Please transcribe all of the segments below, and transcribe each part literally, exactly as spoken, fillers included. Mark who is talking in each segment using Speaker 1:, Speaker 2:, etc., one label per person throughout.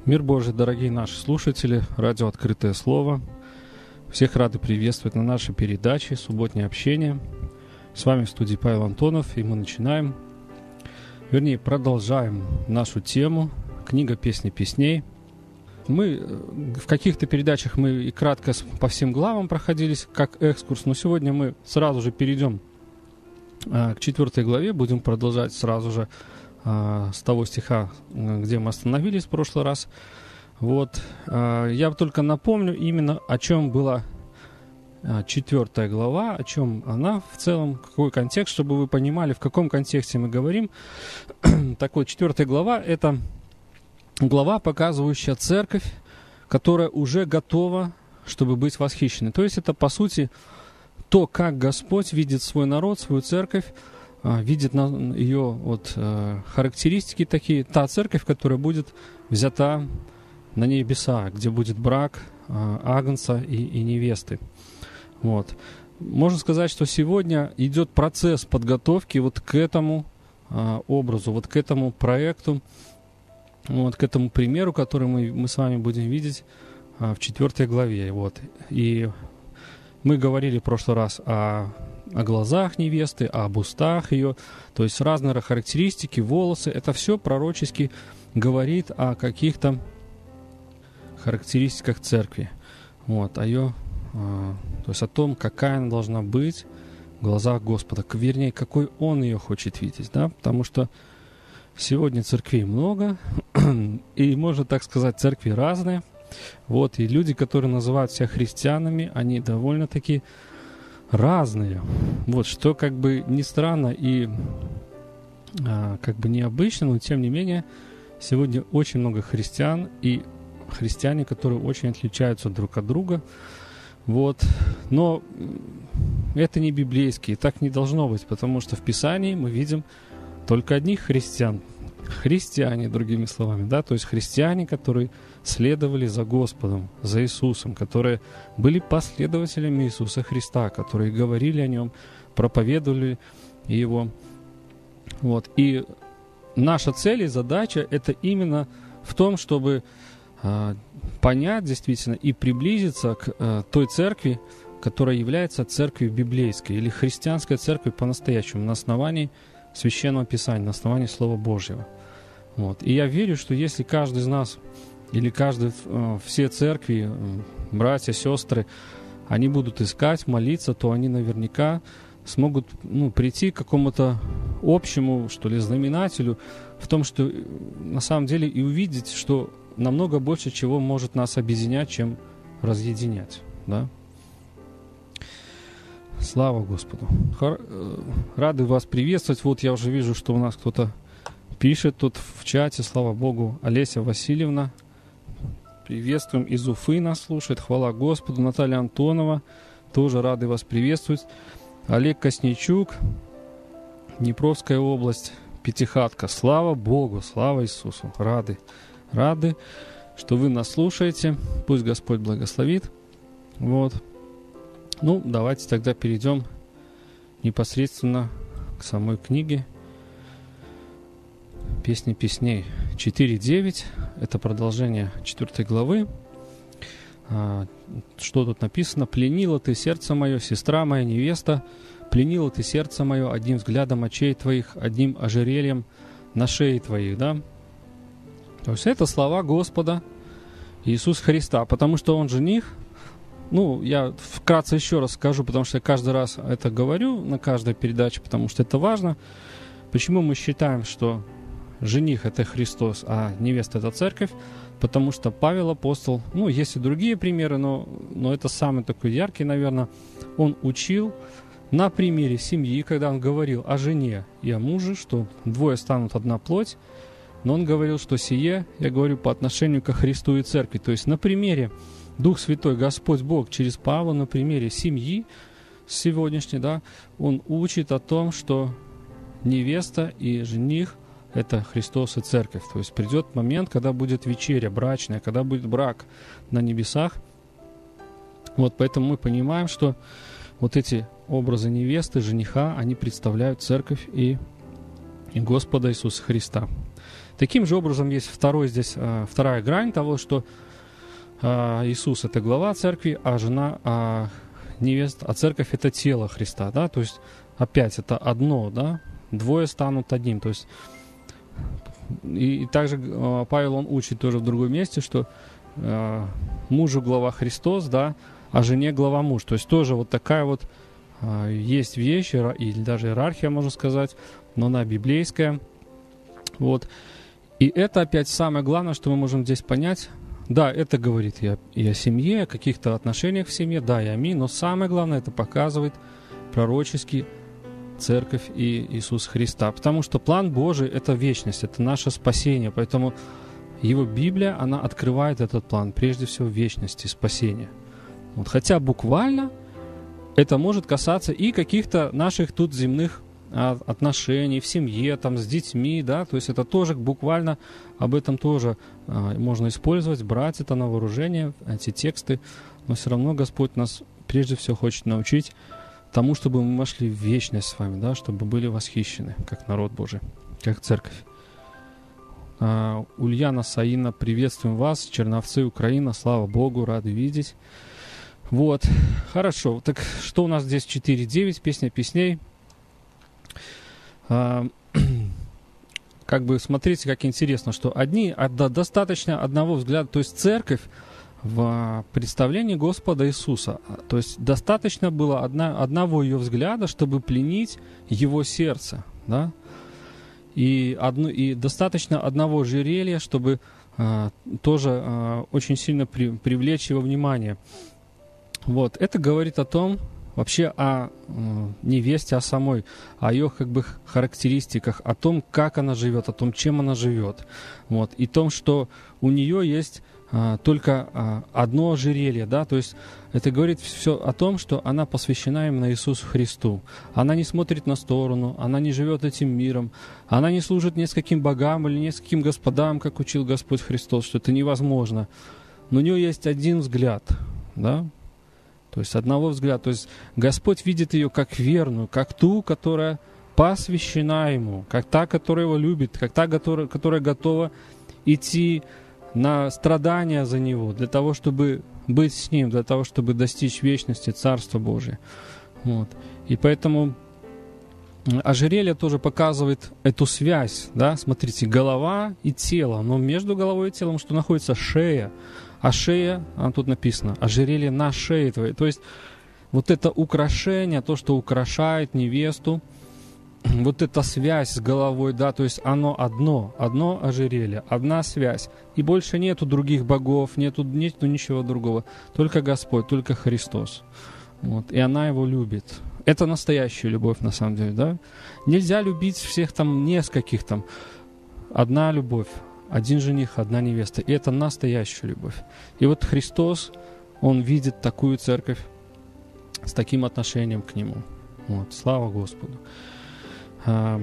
Speaker 1: Мир Божий, дорогие наши слушатели, радио «Открытое слово». Всех рады приветствовать на нашей передаче «Субботнее общение». С вами в студии Павел Антонов, и мы начинаем, вернее, продолжаем нашу тему «Книга песни песней». Мы в каких-то передачах мы и кратко по всем главам проходились, как экскурс, но сегодня мы сразу же перейдем к четвертой главе, будем продолжать сразу же с того стиха, где мы остановились в прошлый раз. Вот. Я только напомню именно, о чем была четвертая глава, о чем она в целом, какой контекст, чтобы вы понимали, в каком контексте мы говорим. Так вот, четвертая глава – это глава, показывающая церковь, которая уже готова, чтобы быть восхищенной. То есть это, по сути, то, как Господь видит свой народ, свою церковь, видит на ее вот, э, характеристики такие, та церковь, которая будет взята на небеса, где будет брак э, агнца и, и невесты. Вот. Можно сказать, что сегодня идет процесс подготовки вот к этому э, образу, вот к этому проекту, вот к этому примеру, который мы, мы с вами будем видеть э, в четвертой главе. Вот. И мы говорили в прошлый раз о о глазах невесты, об устах ее, то есть разные характеристики, волосы. Это все пророчески говорит о каких-то характеристиках церкви. Вот, о ее, э, то есть о том, какая она должна быть в глазах Господа, вернее, какой Он ее хочет видеть, да, потому что сегодня церквей много, и, можно так сказать, церкви разные. Вот, и люди, которые называют себя христианами, они довольно-таки разные. Вот, что как бы не странно и а, как бы необычно, но тем не менее сегодня очень много христиан и христиане, которые очень отличаются друг от друга. Вот. Но это не библейские, так не должно быть, потому что в Писании мы видим только одних христиан. Христиане, другими словами, да, то есть христиане, которые следовали за Господом, за Иисусом, которые были последователями Иисуса Христа, которые говорили о Нем, проповедовали Его. Вот. И наша цель и задача – это именно в том, чтобы э, понять действительно и приблизиться к э, той церкви, которая является церковью библейской или христианской церковью по-настоящему, на основании Священного Писания, на основании Слова Божьего. Вот. И я верю, что если каждый из нас или каждый, все церкви, братья, сестры, они будут искать, молиться, то они наверняка смогут ну, прийти к какому-то общему, что ли, знаменателю в том, что на самом деле и увидеть, что намного больше чего может нас объединять, чем разъединять. Да? Слава Господу. Рады вас приветствовать. Вот я уже вижу, что у нас кто-то пишет тут в чате, слава Богу, Олеся Васильевна. Приветствуем, из Уфы нас слушает, хвала Господу. Наталья Антонова, тоже рады вас приветствовать. Олег Косничук, Днепровская область, Пятихатка. Слава Богу, слава Иисусу. Рады, рады, что вы нас слушаете. Пусть Господь благословит. Вот. Ну, давайте тогда перейдем непосредственно к самой книге «Песни песней». четыре девять. Это продолжение четвертой главы. А, что тут написано? «Пленила ты сердце мое, сестра моя, невеста, пленила ты сердце мое одним взглядом очей твоих, одним ожерельем на шее твоих». Да? То есть это слова Господа Иисуса Христа, потому что Он жених. Ну, я вкратце еще раз скажу, потому что я каждый раз это говорю на каждой передаче, потому что это важно. Почему мы считаем, что жених – это Христос, а невеста – это церковь? Потому что Павел апостол, ну, есть и другие примеры, но, но это самый такой яркий, наверное, он учил на примере семьи, когда он говорил о жене и о муже, что двое станут одна плоть, но он говорил, что сие, я говорю, по отношению ко Христу и церкви. То есть на примере Дух Святой, Господь Бог через Павла, на примере семьи сегодняшней, да, он учит о том, что невеста и жених – это Христос и церковь. То есть придет момент, когда будет вечеря брачная, когда будет брак на небесах. Вот поэтому мы понимаем, что вот эти образы невесты, жениха, они представляют церковь и, и Господа Иисуса Христа. Таким же образом есть второй здесь, вторая грань того, что Иисус — это глава церкви, а жена, а невеста, а церковь — это тело Христа, да, то есть опять это одно, да, двое станут одним, то есть и, и также Павел, он учит тоже в другом месте, что э, мужу глава Христос, да, а жене глава муж, то есть тоже вот такая вот э, есть вещь, или даже иерархия, можно сказать, но она библейская, вот, и это опять самое главное, что мы можем здесь понять. Да, это говорит и о, и о семье, о каких-то отношениях в семье, да, и аминь, но самое главное, это показывает пророчески Церковь и Иисус Христа, потому что план Божий — это вечность, это наше спасение, поэтому Его Библия, она открывает этот план, прежде всего, вечности, спасения. Вот, хотя буквально это может касаться и каких-то наших тут земных отношений в семье, там, с детьми, да, то есть это тоже буквально об этом тоже а, можно использовать, брать это на вооружение, эти тексты, но все равно Господь нас прежде всего хочет научить тому, чтобы мы вошли в вечность с вами, да, чтобы были восхищены, как народ Божий, как церковь. А, Ульяна, Саина, приветствуем вас, Черновцы, Украина, слава Богу, рады видеть. Вот, хорошо, так что у нас здесь четыре девять, песня песней. А, как бы смотрите, как интересно, что одни, да, достаточно одного взгляда, то есть церковь в представлении Господа Иисуса, то есть достаточно было одна, одного ее взгляда, чтобы пленить его сердце, да, и, одно, и достаточно одного ожерелья, чтобы а, тоже а, очень сильно при, привлечь его внимание. Вот, это говорит о том, вообще о э, невесте, о самой, о ее как бы характеристиках, о том, как она живет, о том, чем она живет. Вот. И том, что у нее есть э, только э, одно ожерелье, да, то есть это говорит все о том, что она посвящена именно Иисусу Христу. Она не смотрит на сторону, она не живет этим миром, она не служит нескольким богам или нескольким господам, как учил Господь Христос, что это невозможно. Но у нее есть один взгляд, да, то есть одного взгляда. То есть Господь видит ее как верную, как ту, которая посвящена Ему, как та, которая Его любит, как та, которая, которая готова идти на страдания за Него, для того, чтобы быть с Ним, для того, чтобы достичь вечности Царства Божия. Вот. И поэтому ожерелье тоже показывает эту связь. Да? Смотрите, голова и тело, но между головой и телом что находится? Шея. А шея, а тут написано, ожерелье на шее твоей. То есть вот это украшение, то, что украшает невесту, вот эта связь с головой, да, то есть оно одно, одно ожерелье, одна связь. И больше нету других богов, нету, нету ничего другого. Только Господь, только Христос. Вот. И она Его любит. Это настоящая любовь, на самом деле, да. Нельзя любить всех там нескольких там. Одна любовь. Один жених, одна невеста. И это настоящая любовь. И вот Христос, Он видит такую церковь с таким отношением к Нему. Вот. Слава Господу. А,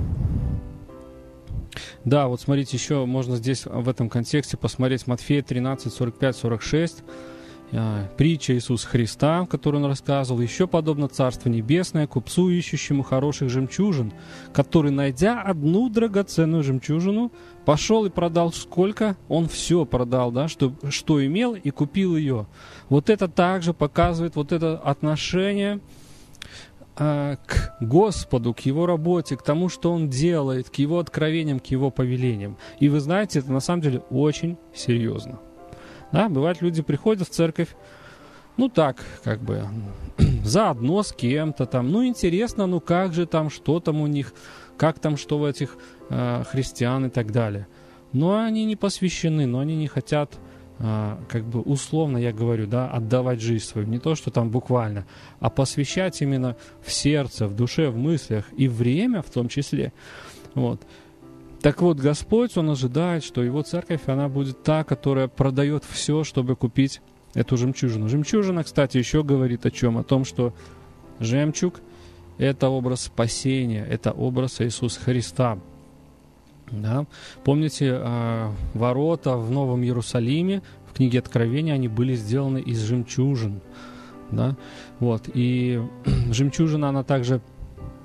Speaker 1: да, вот смотрите, еще можно здесь в этом контексте посмотреть Матфея тринадцать, сорок пять, сорок шесть. А, притча Иисуса Христа, которую Он рассказывал. Еще подобно Царство Небесное купцу, ищущему хороших жемчужин, который, найдя одну драгоценную жемчужину, пошел и продал сколько? Он все продал, да, что, что имел, и купил ее. Вот это также показывает вот это отношение а, к Господу, к Его работе, к тому, что Он делает, к Его откровениям, к Его повелениям. И вы знаете, это на самом деле очень серьезно. Да, бывает, люди приходят в церковь, ну так, как бы, заодно с кем-то там, ну интересно, ну как же там, что там у них, как там, что у этих э, христиан и так далее. Но они не посвящены, но они не хотят, э, как бы, условно, я говорю, да, отдавать жизнь свою, не то, что там буквально, а посвящать именно в сердце, в душе, в мыслях и время в том числе, вот. Так вот, Господь, Он ожидает, что Его церковь, она будет та, которая продает все, чтобы купить эту жемчужину. Жемчужина, кстати, еще говорит о чем? О том, что жемчуг – это образ спасения, это образ Иисуса Христа. Да? Помните, ворота в Новом Иерусалиме, в книге Откровения, они были сделаны из жемчужин. Да? Вот. И жемчужина, она также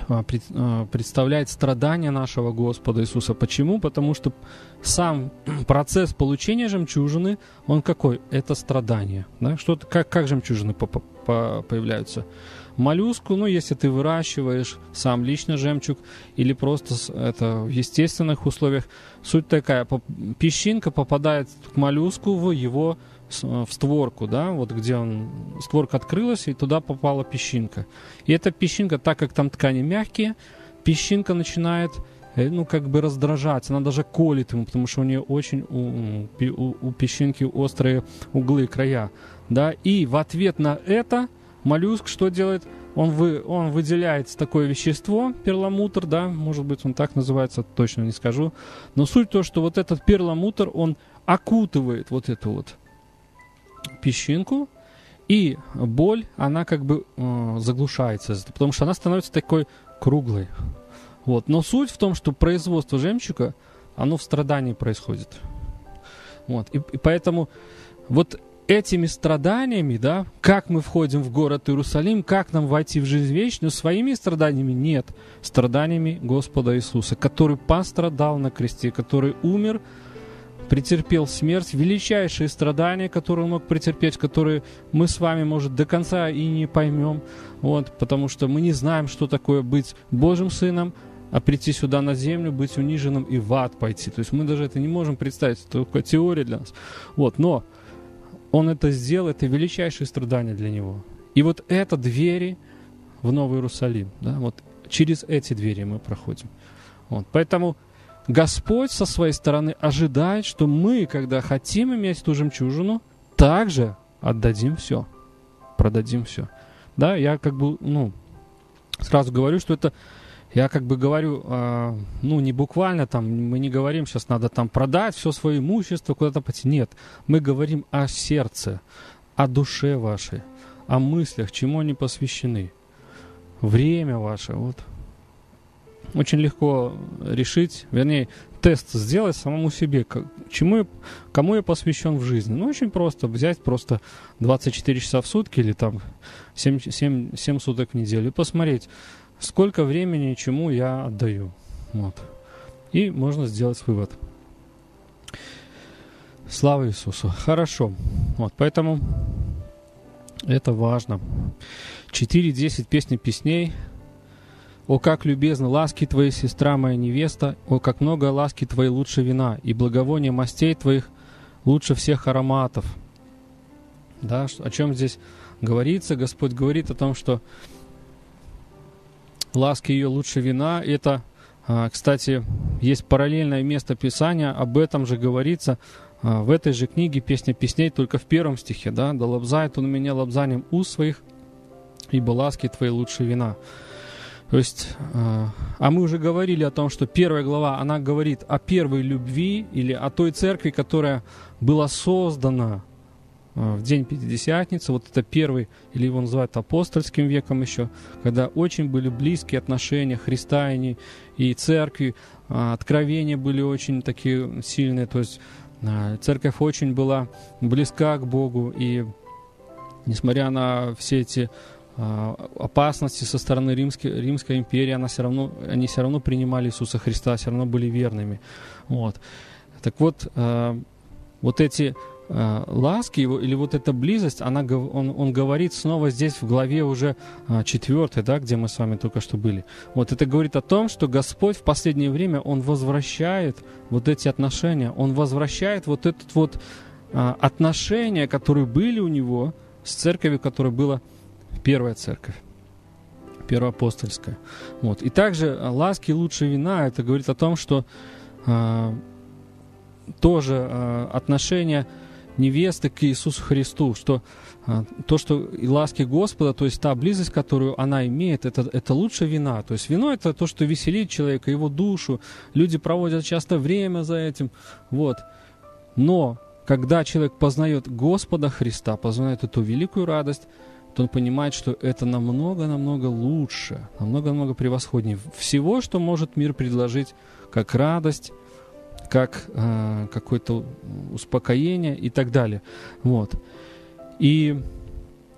Speaker 1: представляет страдания нашего Господа Иисуса. Почему? Потому что сам процесс получения жемчужины, он какой? Это страдание. Да? Что, как, как жемчужины по, по, появляются? Моллюску, ну, если ты выращиваешь сам лично жемчуг или просто это в естественных условиях, суть такая, песчинка попадает к моллюску в его в створку, да, вот где он, створка открылась, и туда попала песчинка. И эта песчинка, так как там ткани мягкие, песчинка начинает, ну, как бы раздражать, она даже колет ему, потому что у нее очень, у, у, у песчинки острые углы, края, да, и в ответ на это моллюск что делает? Он, вы, он выделяет такое вещество, перламутр, да, может быть, он так называется, точно не скажу, но суть то, что вот этот перламутр, он окутывает вот эту вот песчинку, и боль, она как бы э, заглушается, потому что она становится такой круглой. Вот. Но суть в том, что производство жемчуга, оно в страдании происходит. Вот. И, и поэтому вот этими страданиями, да, как мы входим в город Иерусалим, как нам войти в жизнь вечную, своими страданиями нет. Страданиями Господа Иисуса, который пострадал на кресте, который умер, претерпел смерть, величайшие страдания, которые он мог претерпеть, которые мы с вами, может, до конца и не поймем, вот, потому что мы не знаем, что такое быть Божьим Сыном, а прийти сюда на землю, быть униженным и в ад пойти. То есть мы даже это не можем представить, это только теория для нас. Вот, но он это сделал, это величайшие страдания для него. И вот это двери в Новый Иерусалим, да, вот через эти двери мы проходим. Вот, поэтому Господь со своей стороны ожидает, что мы, когда хотим иметь ту жемчужину, также отдадим все, продадим все. Да, я как бы, ну, сразу говорю, что это, я как бы говорю, э, ну, не буквально там, мы не говорим, сейчас надо там продать все свое имущество, куда-то пойти. Нет, мы говорим о сердце, о душе вашей, о мыслях, чему они посвящены. Время ваше, вот. Очень легко решить, вернее, тест сделать самому себе, к, чему я, кому я посвящен в жизни. Ну, очень просто взять просто двадцать четыре часа в сутки или там семь, семь, семь суток в неделю и посмотреть, сколько времени чему я отдаю. Вот. И можно сделать вывод. Слава Иисусу. Хорошо. Вот, поэтому это важно. четыре десять песни песней. «О, как любезны ласки твои, сестра моя невеста! О, как много ласки твоей лучше вина, и благовоние мастей твоих лучше всех ароматов». Да, о чем здесь говорится? Господь говорит о том, что ласки ее лучше вина. Это, кстати, есть параллельное место Писания, об этом же говорится в этой же книге «Песня песней», только в первом стихе. Да? «Да лобзает он меня лобзанием уст своих, ибо ласки твои лучше вина». То есть, э, а мы уже говорили о том, что первая глава, она говорит о первой любви или о той церкви, которая была создана э, в день Пятидесятницы. Вот это первый, или его называют апостольским веком еще, когда очень были близкие отношения Христа и, и церкви, э, откровения были очень такие сильные, то есть э, церковь очень была близка к Богу, и несмотря на все эти опасности со стороны Римской, Римской империи, она все равно, они все равно принимали Иисуса Христа, все равно были верными. Вот. Так вот, э, вот эти э, ласки его, или вот эта близость, она, он, он говорит снова здесь в главе уже э, четвертой, да, где мы с вами только что были. Вот это говорит о том, что Господь в последнее время, Он возвращает вот эти отношения, Он возвращает вот это вот э, отношения, которые были у Него с церковью, которая была первая церковь, первоапостольская. Вот. И также ласки лучше вина, это говорит о том, что э, тоже э, отношение невесты к Иисусу Христу, что э, то, что и ласки Господа, то есть та близость, которую она имеет, это, это лучше вина. То есть вино — это то, что веселит человека, его душу. Люди проводят часто время за этим. Вот. Но когда человек познает Господа Христа, познает эту великую радость, то он понимает, что это намного-намного лучше, намного-намного превосходнее всего, что может мир предложить, как радость, как э, какое-то успокоение и так далее. Вот. И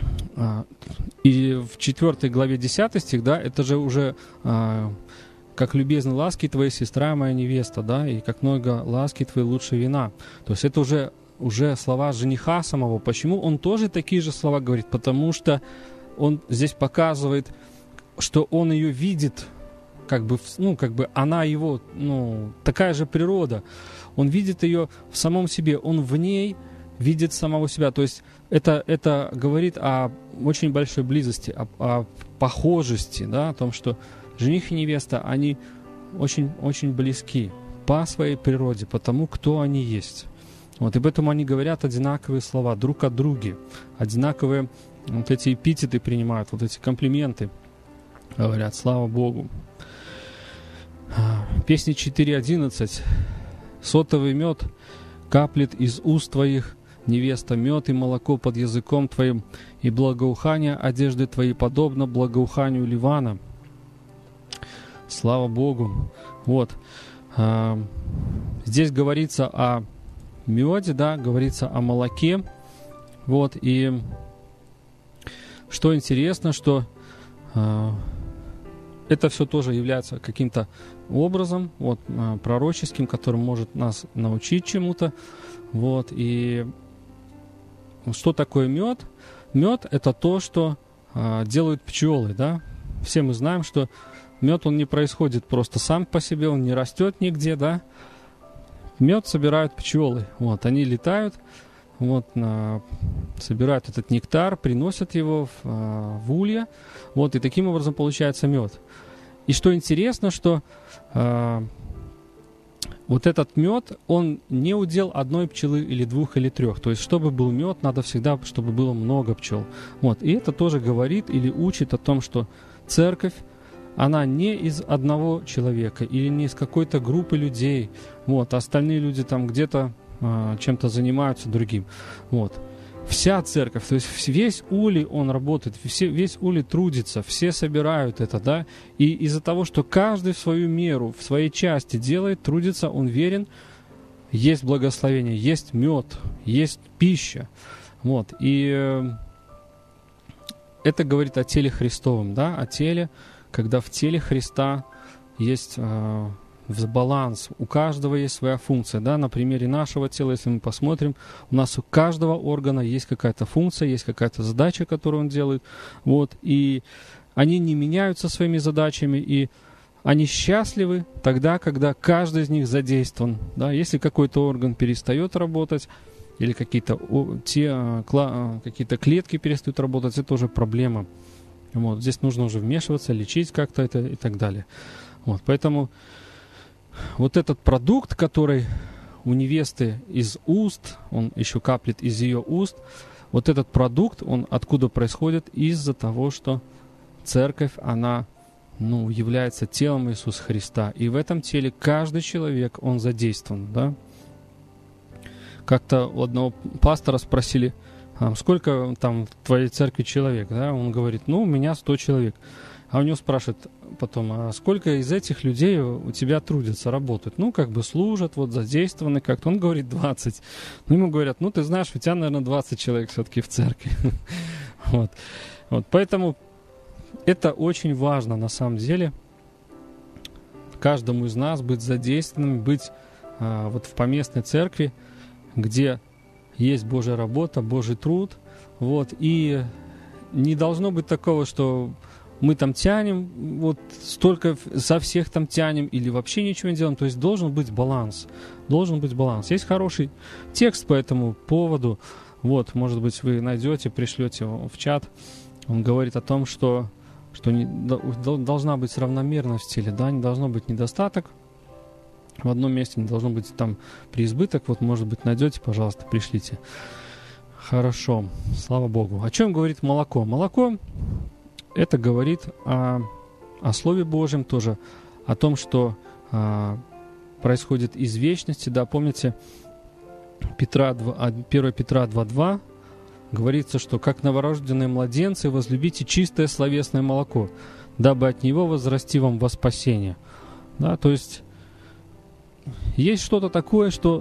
Speaker 1: И в четвёртой главе десятый стих, да, это же уже а, как любезны ласки твои, сестра моя невеста, да, и как много ласки твои лучше вина. То есть это уже, уже слова жениха самого. Почему он тоже такие же слова говорит? Потому что он здесь показывает, что он ее видит, как бы, ну, как бы она его, ну, такая же природа. Он видит ее в самом себе, он в ней видит самого себя. То есть это, это говорит о очень большой близости, о, о похожести, да, о том, что жених и невеста, они очень, очень близки по своей природе, по тому, кто они есть. Вот, и поэтому они говорят одинаковые слова друг о друге, одинаковые вот эти эпитеты принимают, вот эти комплименты говорят, слава Богу. Песня четыре одиннадцать. Сотовый мед каплет из уст твоих, невеста, мед и молоко под языком твоим, и благоухание одежды твоей подобно благоуханию Ливана. Слава Богу. Вот. А, здесь говорится о меде, да, говорится о молоке. Вот. И что интересно, что а, это все тоже является каким-то образом, вот, пророческим, который может нас научить чему-то. Вот. И что такое мед? Мед – это то, что а, делают пчелы, да? Все мы знаем, что мед, он не происходит просто сам по себе, он не растет нигде, да? Мед собирают пчелы. Вот. Они летают, вот, на, собирают этот нектар, приносят его в, а, в улья. Вот, и таким образом получается мед. И что интересно, что э, вот этот мед, он не удел одной пчелы или двух или трех. То есть, чтобы был мед, надо всегда, чтобы было много пчел. Вот. И это тоже говорит или учит о том, что церковь, она не из одного человека или не из какой-то группы людей. Вот. А остальные люди там где-то э, чем-то занимаются другим. Вот. Вся церковь, то есть весь улей, он работает, все, весь улей трудится, все собирают это, да, и из-за того, что каждый в свою меру, в своей части делает, трудится, он верен, есть благословение, есть мед, есть пища, вот, и э, это говорит о теле Христовом, да, о теле, когда в теле Христа есть э, баланс, у каждого есть своя функция, да, на примере нашего тела, если мы посмотрим, у нас у каждого органа есть какая-то функция, есть какая-то задача, которую он делает, вот, и они не меняются своими задачами, и они счастливы тогда, когда каждый из них задействован, да, если какой-то орган перестает работать, или какие-то, те, кла, какие-то клетки перестают работать, это уже проблема, вот, здесь нужно уже вмешиваться, лечить как-то это и так далее, вот, поэтому вот этот продукт, который у невесты из уст, он еще каплет из ее уст, вот этот продукт, он откуда происходит? Из-за того, что церковь, она, ну, является телом Иисуса Христа. И в этом теле каждый человек, он задействован, да? Как-то у одного пастора спросили, а сколько там в твоей церкви человек, да? Он говорит, ну, у меня сто человек. А у него спрашивают потом, а сколько из этих людей у тебя трудятся, работают? Ну, как бы служат, вот задействованы как-то. Он говорит, двадцать. Ну, ему говорят, ну, ты знаешь, у тебя, наверное, двадцать человек все-таки в церкви. Вот. Вот. Поэтому это очень важно, на самом деле, каждому из нас быть задействованным, быть а, вот в поместной церкви, где есть Божья работа, Божий труд. Вот. И не должно быть такого, что мы там тянем, вот столько за всех там тянем или вообще ничего не делаем. То есть должен быть баланс. Должен быть баланс. Есть хороший текст по этому поводу. Вот, может быть, вы найдете, пришлете его в чат. Он говорит о том, что, что не, должна быть равномерность в теле, да, не должно быть недостаток. В одном месте не должно быть там преизбыток. Вот, может быть, найдете, пожалуйста, пришлите. Хорошо, слава Богу. О чем говорит молоко? Молоко — это говорит о, о Слове Божьем тоже, о том, что а, происходит из вечности. Да, помните, Петра, первое Петра два два говорится, что как новорожденные младенцы возлюбите чистое словесное молоко, дабы от него возрасти вам во спасение. Да, то есть есть что-то такое, что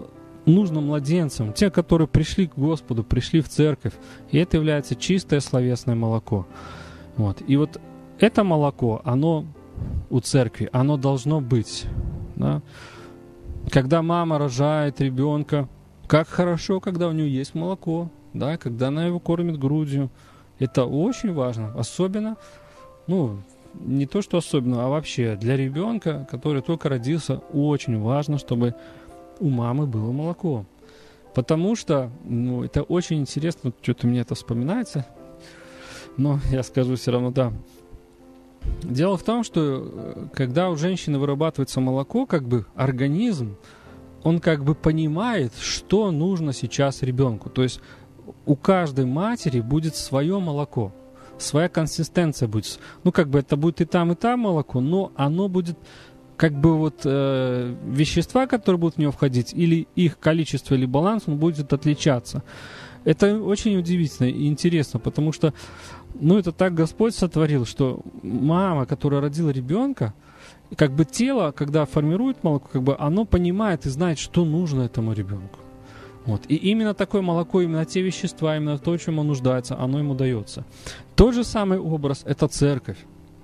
Speaker 1: нужно младенцам, те, которые пришли к Господу, пришли в церковь, и это является чистое словесное молоко. Вот. И вот это молоко, оно у церкви, оно должно быть. Да? Когда мама рожает ребенка, как хорошо, когда у нее есть молоко, да, когда она его кормит грудью. Это очень важно, особенно, ну, не то, что особенно, а вообще для ребенка, который только родился, очень важно, чтобы у мамы было молоко. Потому что, ну, это очень интересно, что-то мне это вспоминается, но я скажу все равно, да. Дело в том, что когда у женщины вырабатывается молоко, как бы организм, он как бы понимает, что нужно сейчас ребенку. То есть у каждой матери будет свое молоко, своя консистенция будет. Ну, как бы это будет и там, и там молоко, но оно будет, как бы вот э, вещества, которые будут в него входить, или их количество, или баланс, он будет отличаться. Это очень удивительно и интересно, потому что, ну, это так Господь сотворил, что мама, которая родила ребенка, как бы тело, когда формирует молоко, как бы оно понимает и знает, что нужно этому ребенку. Вот. И именно такое молоко, именно те вещества, именно то, в чем он нуждается, оно ему дается. Тот же самый образ – это церковь.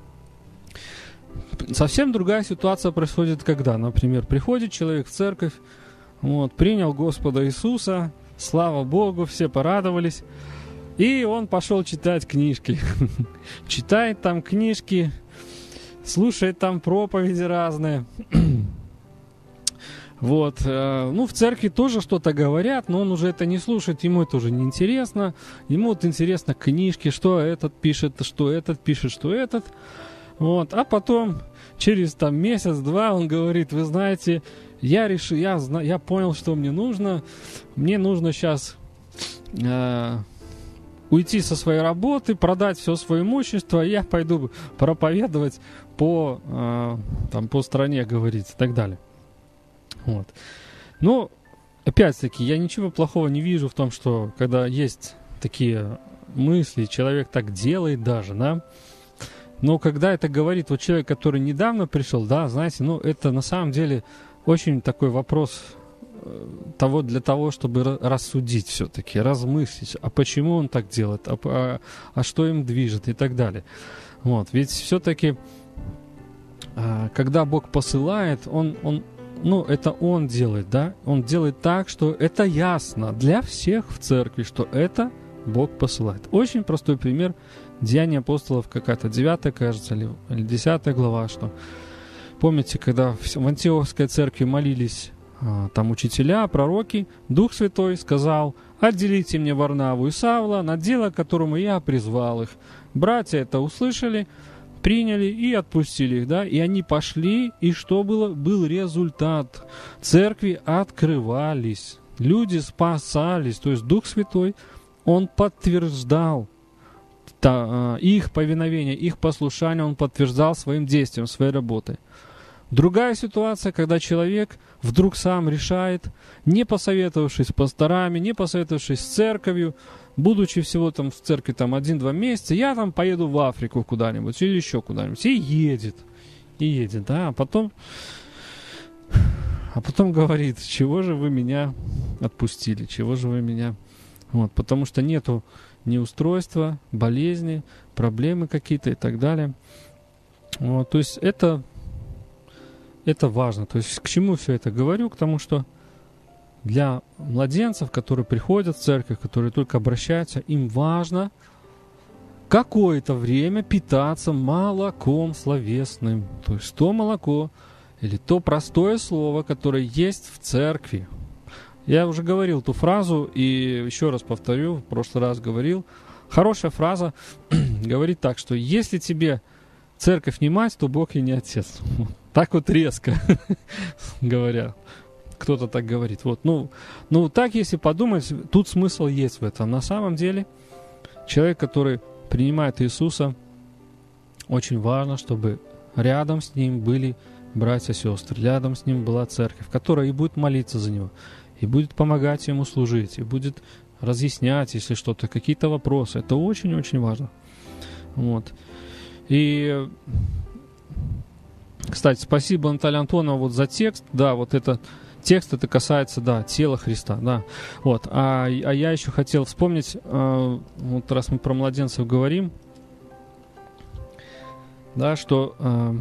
Speaker 1: Совсем другая ситуация происходит, когда, например, приходит человек в церковь, вот, принял Господа Иисуса, слава Богу, все порадовались, и он пошел читать книжки. Читает там книжки, слушает там проповеди разные. Вот, э, ну, в церкви тоже что-то говорят, но он уже это не слушает, ему это уже не интересно. Ему вот интересно книжки, что этот пишет, что этот пишет, что этот. Вот, а потом, через там месяц-два, он говорит: вы знаете, я решил, я, я понял, что мне нужно. Мне нужно сейчас э, уйти со своей работы, продать все свое имущество, и я пойду проповедовать по, э, там, по стране, говорить, и так далее. Вот. Но, опять-таки, я ничего плохого не вижу в том, что когда есть такие мысли, человек так делает даже, да. Но когда это говорит вот человек, который недавно пришел, да, знаете, ну, это на самом деле очень такой вопрос того, для того, чтобы рассудить все-таки, размыслить, а почему он так делает, а, а, а что им движет и так далее. Вот. Ведь все-таки, а, когда Бог посылает, он, он Ну, это Он делает, да? Он делает так, что это ясно для всех в церкви, что это Бог посылает. Очень простой пример. Деяния апостолов, какая-то девятая, кажется, или, или десятая глава, что... Помните, когда в Антиохской церкви молились а, там учителя, пророки, Дух Святой сказал: «Отделите мне Варнаву и Савла на дело, к которому я призвал их». Братья это услышали, приняли и отпустили их, да, и они пошли, и что было? Был результат. Церкви открывались, люди спасались, то есть Дух Святой, Он подтверждал та, их повиновение, их послушание, Он подтверждал своим действием, своей работой. Другая ситуация, когда человек вдруг сам решает, не посоветовавшись с пасторами, не посоветовавшись с церковью, будучи всего там в церкви там один-два месяца, я там поеду в Африку куда-нибудь или еще куда-нибудь, и едет, и едет, да, а потом, а потом говорит: чего же вы меня отпустили, чего же вы меня, вот, потому что нету неустройства, болезни, проблемы какие-то и так далее, вот, то есть это, это важно, то есть к чему все это говорю, к тому, что для младенцев, которые приходят в церковь, которые только обращаются, им важно какое-то время питаться молоком словесным. То есть то молоко или то простое слово, которое есть в церкви. Я уже говорил ту фразу и еще раз повторю, в прошлый раз говорил. Хорошая фраза говорит так, что если тебе церковь не мать, то Бог и не отец. Так вот резко говоря. Кто-то так говорит. Вот, ну, ну, так, если подумать, тут смысл есть в этом. На самом деле, человек, который принимает Иисуса, очень важно, чтобы рядом с ним были братья и сестры, рядом с ним была церковь, которая и будет молиться за него, и будет помогать ему служить, и будет разъяснять, если что-то, какие-то вопросы. Это очень-очень важно. Вот. И... Кстати, спасибо, Наталья Антонова, вот за текст. Да, вот это текст это касается, да, тела Христа, да. Вот. А, а я еще хотел вспомнить, э, вот раз мы про младенцев говорим, да, что э,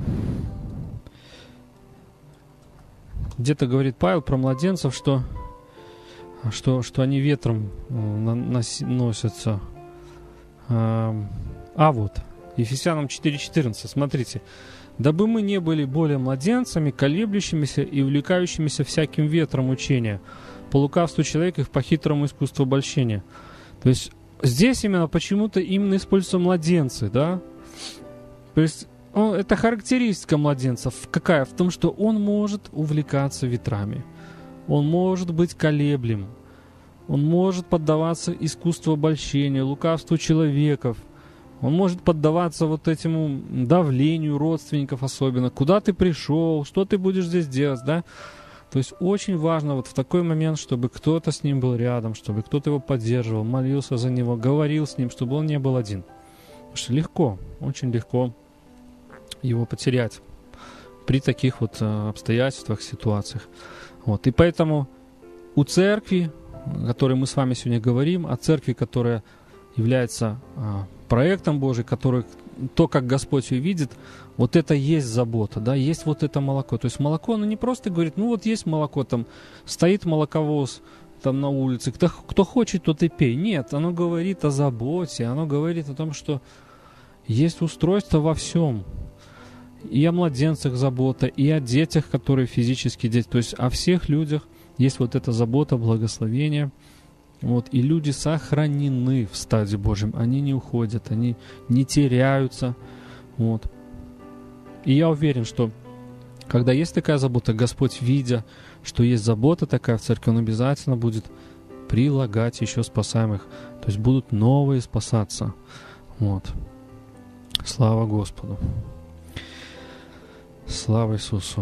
Speaker 1: где-то говорит Павел про младенцев, что, что, что они ветром носятся. Э, а вот, Ефесянам четыре четырнадцать, смотрите. «Дабы мы не были более младенцами, колеблющимися и увлекающимися всяким ветром учения, по лукавству человека и по хитрому искусству обольщения». То есть здесь именно почему-то именно используются младенцы, да? То есть он, это характеристика младенцев. Какая? В том, что он может увлекаться ветрами, он может быть колеблем, он может поддаваться искусству обольщения, лукавству человеков. Он может поддаваться вот этому давлению родственников особенно. Куда ты пришел, что ты будешь здесь делать, да? То есть очень важно вот в такой момент, чтобы кто-то с ним был рядом, чтобы кто-то его поддерживал, молился за него, говорил с ним, чтобы он не был один. Потому что легко, очень легко его потерять при таких вот обстоятельствах, ситуациях. Вот. И поэтому у церкви, о которой мы с вами сегодня говорим, о церкви, которая является проектом Божиим, который, то, как Господь ее видит, вот это есть забота, да, есть вот это молоко. То есть молоко, оно не просто говорит, ну вот есть молоко, там стоит молоковоз там на улице, кто, кто хочет, тот и пей. Нет, оно говорит о заботе, оно говорит о том, что есть устройство во всем. И о младенцах забота, и о детях, которые физически дети. То есть о всех людях есть вот эта забота, благословение. Вот, и люди сохранены в стаде Божьем, они не уходят, они не теряются. Вот. И я уверен, что когда есть такая забота, Господь, видя, что есть забота такая в церкви, Он обязательно будет прилагать еще спасаемых. То есть будут новые спасаться. Вот. Слава Господу. Слава Иисусу.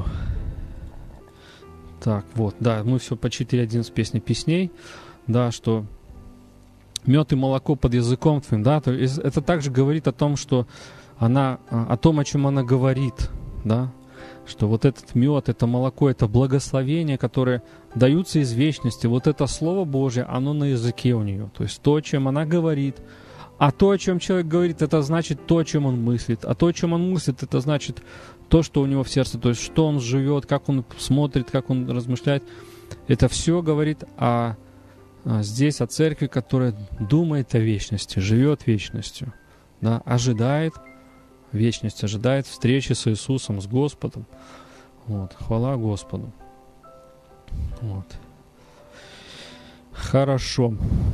Speaker 1: Так, вот, да, мы все по четыре одиннадцать песни песней. Да, что мед и молоко под языком твоим, да, то есть это также говорит о том, что она, о том, о чем она говорит, да, что вот этот мед, это молоко, это благословение, которые даются из вечности, вот это Слово Божье, оно на языке у нее, то есть то, о чем она говорит, а то, о чем человек говорит, это значит то, о чем он мыслит, а то, о чем он мыслит, это значит то, что у него в сердце, то есть что он живет, как он смотрит, как он размышляет, это все говорит о здесь о церкви, которая думает о вечности, живет вечностью, да, ожидает вечность, ожидает встречи с Иисусом, с Господом. Вот, хвала Господу. Вот. Хорошо.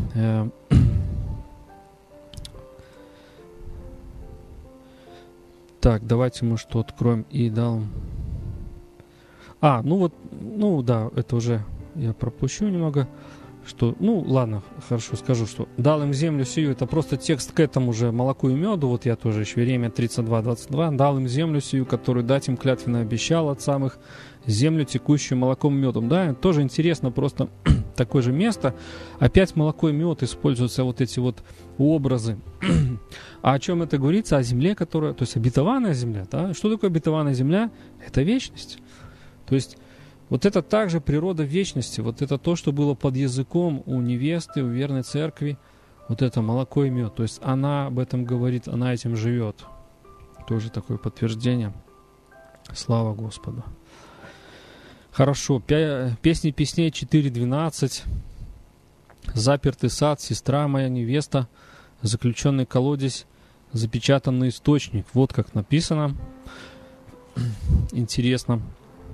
Speaker 1: Так, давайте мы что откроем и дал. А, ну вот, ну да, это уже я пропущу немного. Что, ну, ладно, хорошо скажу, что дал им землю сию, это просто текст к этому же молоку и меду, вот я тоже еще Иеремия тридцать два двадцать два, дал им землю сию, которую дать им клятвенно обещал от самых, землю, текущую молоком и медом, да, тоже интересно, просто такое же место, опять молоко и мед используются вот эти вот образы. А о чем это говорится? О земле, которая, то есть обетованная земля, да, что такое обетованная земля? Это вечность, то есть вот это также природа вечности, вот это то, что было под языком у невесты, у верной церкви, вот это молоко и мед. То есть она об этом говорит, она этим живет. Тоже такое подтверждение. Слава Господу. Хорошо, песни песней четыре двенадцать. Запертый сад, сестра моя невеста, заключенный колодец, запечатанный источник. Вот как написано. Интересно.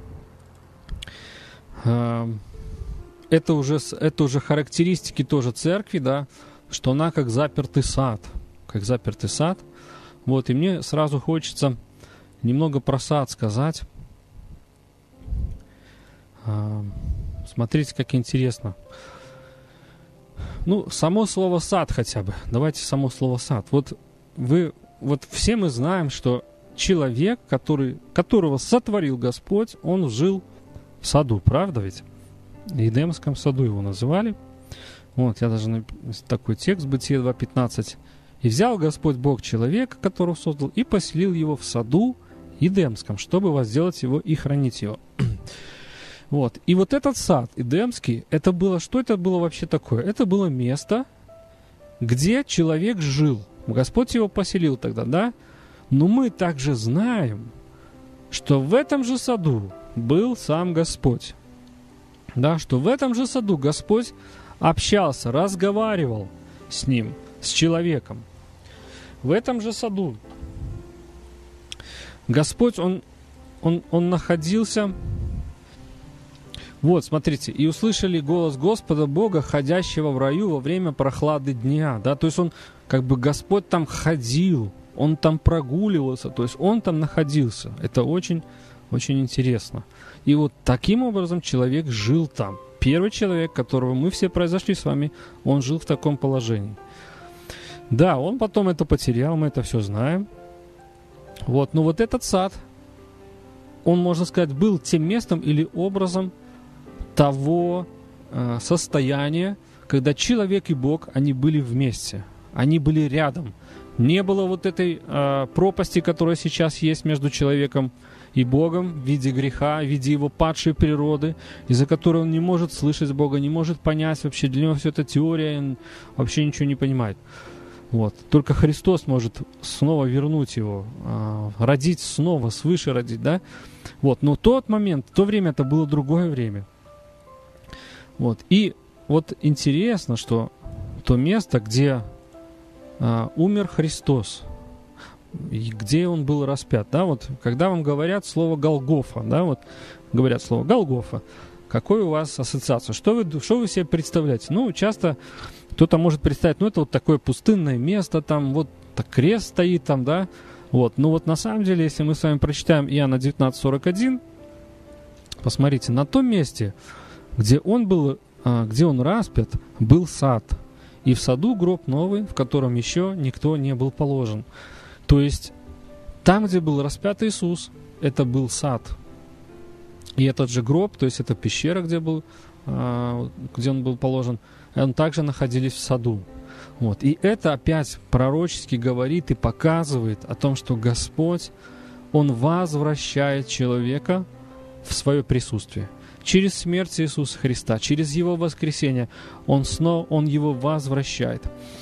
Speaker 1: Это уже, это уже характеристики тоже церкви, да, что она как запертый сад, как запертый сад. Вот, и мне сразу хочется немного про сад сказать. Смотрите, как интересно. Ну, само слово «сад» хотя бы. Давайте само слово «сад». Вот вы, вот все мы знаем, что человек, который, которого сотворил Господь, он жил в саду, правда ведь? В Эдемском саду его называли. Вот, я даже такой текст, Бытие два пятнадцать. «И взял Господь Бог человека, которого создал, и поселил его в саду Эдемском, чтобы возделать его и хранить его». Вот. И вот этот сад Эдемский, это было, что это было вообще такое? Это было место, где человек жил. Господь его поселил тогда, да? Но мы также знаем, что в этом же саду был сам Господь. Да, что в этом же саду Господь общался, разговаривал с ним, с человеком. В этом же саду Господь, Он, он, он находился... Вот, смотрите, «И услышали голос Господа Бога, ходящего в раю во время прохлады дня». Да? То есть Он, как бы Господь там ходил, Он там прогуливался, то есть Он там находился. Это очень, очень интересно. И вот таким образом человек жил там. Первый человек, которого мы все произошли с вами, он жил в таком положении. Да, он потом это потерял, мы это все знаем. Вот, но вот этот сад, он, можно сказать, был тем местом или образом того э, состояния, когда человек и Бог, они были вместе, они были рядом. Не было вот этой э, пропасти, которая сейчас есть между человеком и Богом в виде греха, в виде его падшей природы, из-за которой он не может слышать Бога, не может понять вообще, для него все это теория, он вообще ничего не понимает. Вот. Только Христос может снова вернуть его, э, родить снова, свыше родить, да? Вот. Но в тот момент, в то время это было другое время. Вот. И вот интересно, что то место, где э, умер Христос, и где он был распят, да, вот, когда вам говорят слово Голгофа, да, вот, говорят слово Голгофа, какой у вас ассоциация? Что вы, что вы себе представляете? Ну, часто кто-то может представить, ну, это вот такое пустынное место, там, вот, так крест стоит там, да, вот, ну, вот, на самом деле, если мы с вами прочитаем Иоанна девятнадцать сорок один, посмотрите, на том месте, где он был, где он распят, был сад, и в саду гроб новый, в котором еще никто не был положен. То есть там, где был распят Иисус, это был сад. И этот же гроб, то есть это пещера, где, был, где он был положен, он также находились в саду. Вот. И это опять пророчески говорит и показывает о том, что Господь, Он возвращает человека в свое присутствие. Через смерть Иисуса Христа, через Его воскресение, Он снова, Он его возвращает.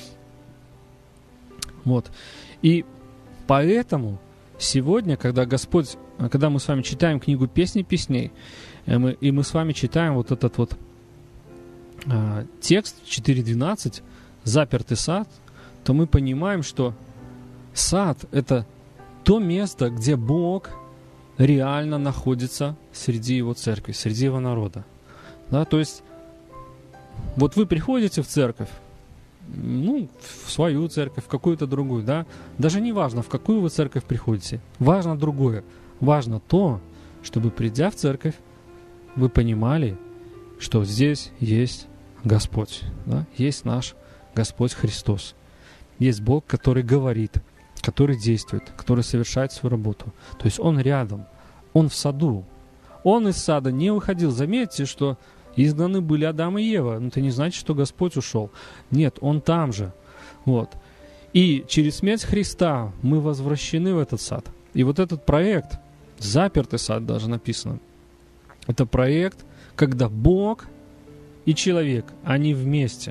Speaker 1: Вот. И поэтому сегодня, когда Господь, когда мы с вами читаем книгу «Песни песней», и мы, и мы с вами читаем вот этот вот а, текст четыре двенадцать, «Запертый сад», то мы понимаем, что сад — это то место, где Бог реально находится среди Его церкви, среди Его народа. Да, то есть, вот вы приходите в церковь, ну, в свою церковь, в какую-то другую, да, даже не важно, в какую вы церковь приходите, важно другое. Важно то, чтобы, придя в церковь, вы понимали, что здесь есть Господь, да, есть наш Господь Христос. Есть Бог, который говорит, который действует, который совершает свою работу. То есть Он рядом, Он в саду. Он из сада не уходил. Заметьте, что изгнаны были Адам и Ева. Но это не значит, что Господь ушел. Нет, Он там же. Вот. И через смерть Христа мы возвращены в этот сад. И вот этот проект, запертый сад даже написано, это проект, когда Бог и человек, они вместе.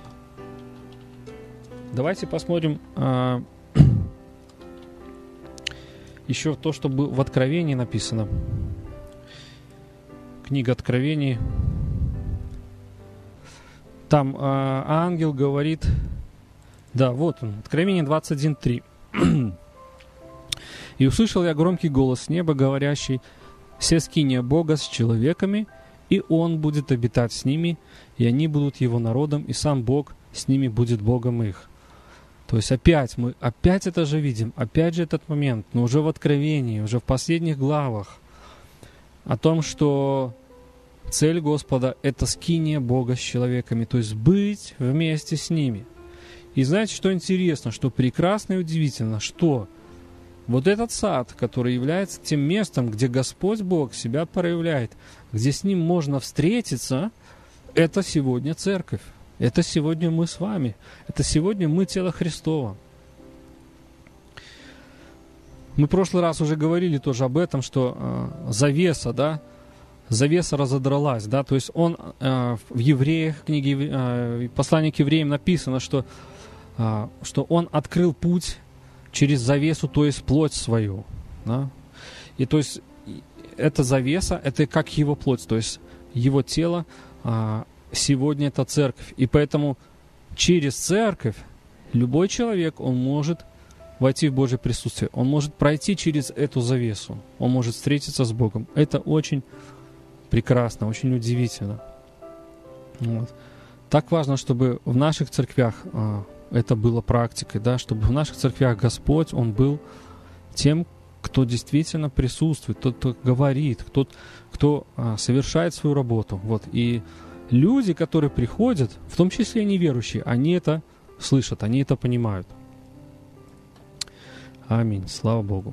Speaker 1: Давайте посмотрим а, еще то, что в Откровении написано. Книга Откровений. Там а, ангел говорит, да, вот он, Откровение двадцать один три. «И услышал я громкий голос с неба, говорящий: се скиния Бога с человеками, и Он будет обитать с ними, и они будут Его народом, и сам Бог с ними будет Богом их». То есть опять мы опять это же видим, опять же этот момент, но уже в Откровении, уже в последних главах, о том, что цель Господа — это скиния Бога с человеками, то есть быть вместе с ними. И знаете, что интересно, что прекрасно и удивительно, что вот этот сад, который является тем местом, где Господь Бог себя проявляет, где с Ним можно встретиться, это сегодня церковь. Это сегодня мы с вами. Это сегодня мы тело Христово. Мы в прошлый раз уже говорили тоже об этом, что э, завеса, да, завеса разодралась, да, то есть он э, в Евреях, книге э, послании к Евреям написано, что, э, что он открыл путь через завесу, то есть плоть свою, да, и то есть эта завеса, это как его плоть, то есть его тело э, сегодня это церковь, и поэтому через церковь любой человек, он может войти в Божье присутствие, он может пройти через эту завесу, он может встретиться с Богом. Это очень прекрасно, очень удивительно. Вот. Так важно, чтобы в наших церквях а, это было практикой, да, чтобы в наших церквях Господь, Он был тем, кто действительно присутствует, тот, кто говорит, тот, кто а, совершает свою работу. Вот. И люди, которые приходят, в том числе и неверующие, они это слышат, они это понимают. Аминь. Слава Богу.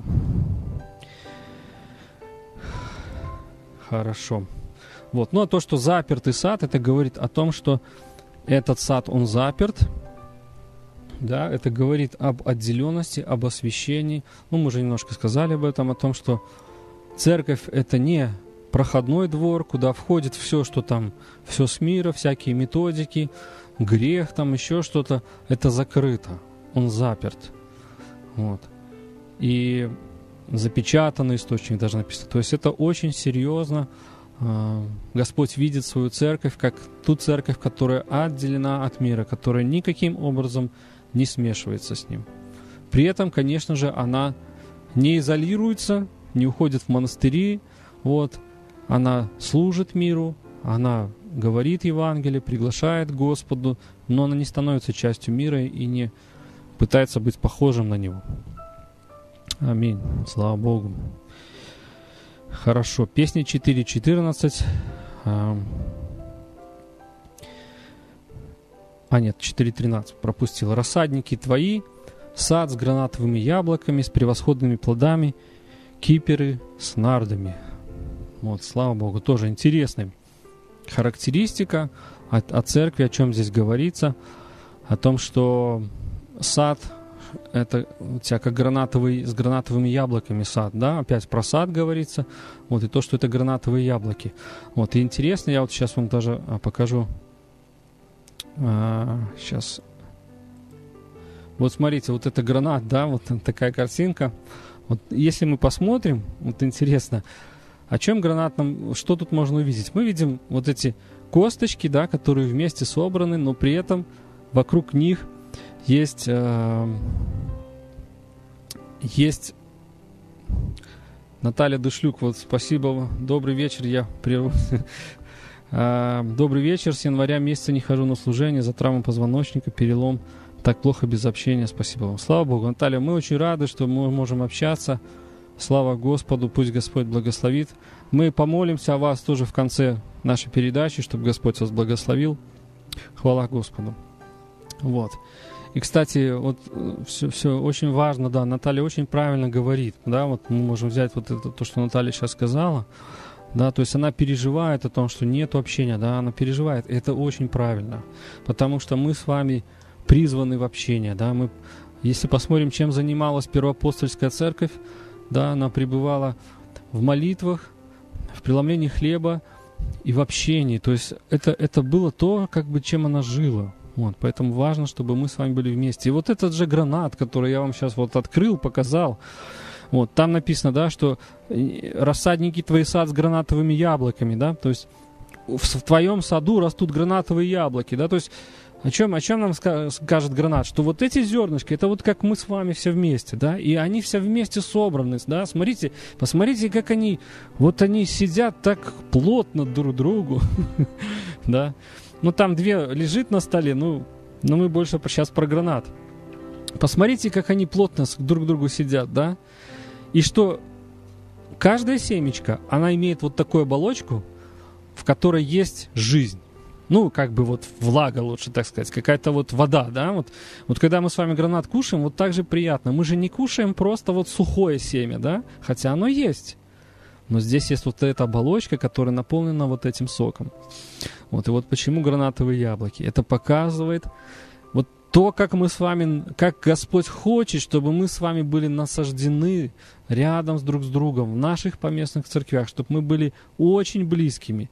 Speaker 1: Хорошо. Вот. Ну, а то, что запертый сад, это говорит о том, что этот сад, он заперт. Да, это говорит об отделенности, об освящении. Ну, мы уже немножко сказали об этом, о том, что церковь — это не проходной двор, куда входит все, что там, все с мира, всякие методики, грех, там еще что-то. Это закрыто. Он заперт. Вот. И запечатанный источник даже написано. То есть это очень серьезно. Господь видит свою церковь как ту церковь, которая отделена от мира, которая никаким образом не смешивается с ним. При этом, конечно же, она не изолируется, не уходит в монастыри. Вот. Она служит миру, она говорит Евангелие, приглашает к Господу, но она не становится частью мира и не пытается быть похожим на него. Аминь. Слава Богу. Хорошо. Песня четыре четырнадцать. А, нет, четыре тринадцать пропустил. «Рассадники твои, сад с гранатовыми яблоками, с превосходными плодами, киперы с нардами». Вот, слава Богу. Тоже интересная характеристика о, о церкви, о чем здесь говорится. О том, что сад — это у тебя как гранатовый, с гранатовыми яблоками сад, да, опять про сад говорится, вот, и то, что это гранатовые яблоки. Вот, и интересно, я вот сейчас вам даже а, покажу, а, сейчас, вот смотрите, вот это гранат, да, вот такая картинка, вот, если мы посмотрим, вот интересно, о чем гранат нам, что тут можно увидеть? Мы видим вот эти косточки, да, которые вместе собраны, но при этом вокруг них Есть, э, есть Наталья Дышлюк, вот спасибо, добрый вечер, я прерву. Добрый вечер, с января месяца не хожу на служение за травму позвоночника, перелом, так плохо без общения, спасибо вам. Слава Богу, Наталья, мы очень рады, что мы можем общаться, слава Господу, пусть Господь благословит. Мы помолимся о вас тоже в конце нашей передачи, чтобы Господь вас благословил. Хвала Господу. Вот. И, кстати, вот все, все очень важно, да, Наталья очень правильно говорит, да, вот мы можем взять вот это, то, что Наталья сейчас сказала, да, то есть она переживает о том, что нет общения, да, она переживает, и это очень правильно, потому что мы с вами призваны в общение, да, мы, если посмотрим, чем занималась первоапостольская церковь, да, она пребывала в молитвах, в преломлении хлеба и в общении, то есть это, это было то, как бы, чем она жила. Вот, поэтому важно, чтобы мы с вами были вместе. И вот этот же гранат, который я вам сейчас вот открыл, показал, вот, там написано, да, что рассадники твои сад с гранатовыми яблоками, да, то есть в, в твоем саду растут гранатовые яблоки, да, то есть о чем, о чем нам скажет гранат? Что вот эти зернышки, это вот как мы с вами все вместе, да, и они все вместе собраны, да, смотрите, посмотрите, как они, вот они сидят так плотно друг к другу, да. Ну, там две лежит на столе, ну, но мы больше сейчас про гранат. Посмотрите, как они плотно друг к другу сидят, да? И что каждая семечка, она имеет вот такую оболочку, в которой есть жизнь. Ну, как бы вот влага, лучше так сказать, какая-то вот вода, да? Вот, вот когда мы с вами гранат кушаем, вот так же приятно. Мы же не кушаем просто вот сухое семя, да? Хотя оно есть. Но здесь есть вот эта оболочка, которая наполнена вот этим соком. Вот, и вот почему гранатовые яблоки. Это показывает вот то, как мы с вами, как Господь хочет, чтобы мы с вами были насаждены рядом с друг с другом в наших поместных церквях, чтобы мы были очень близкими,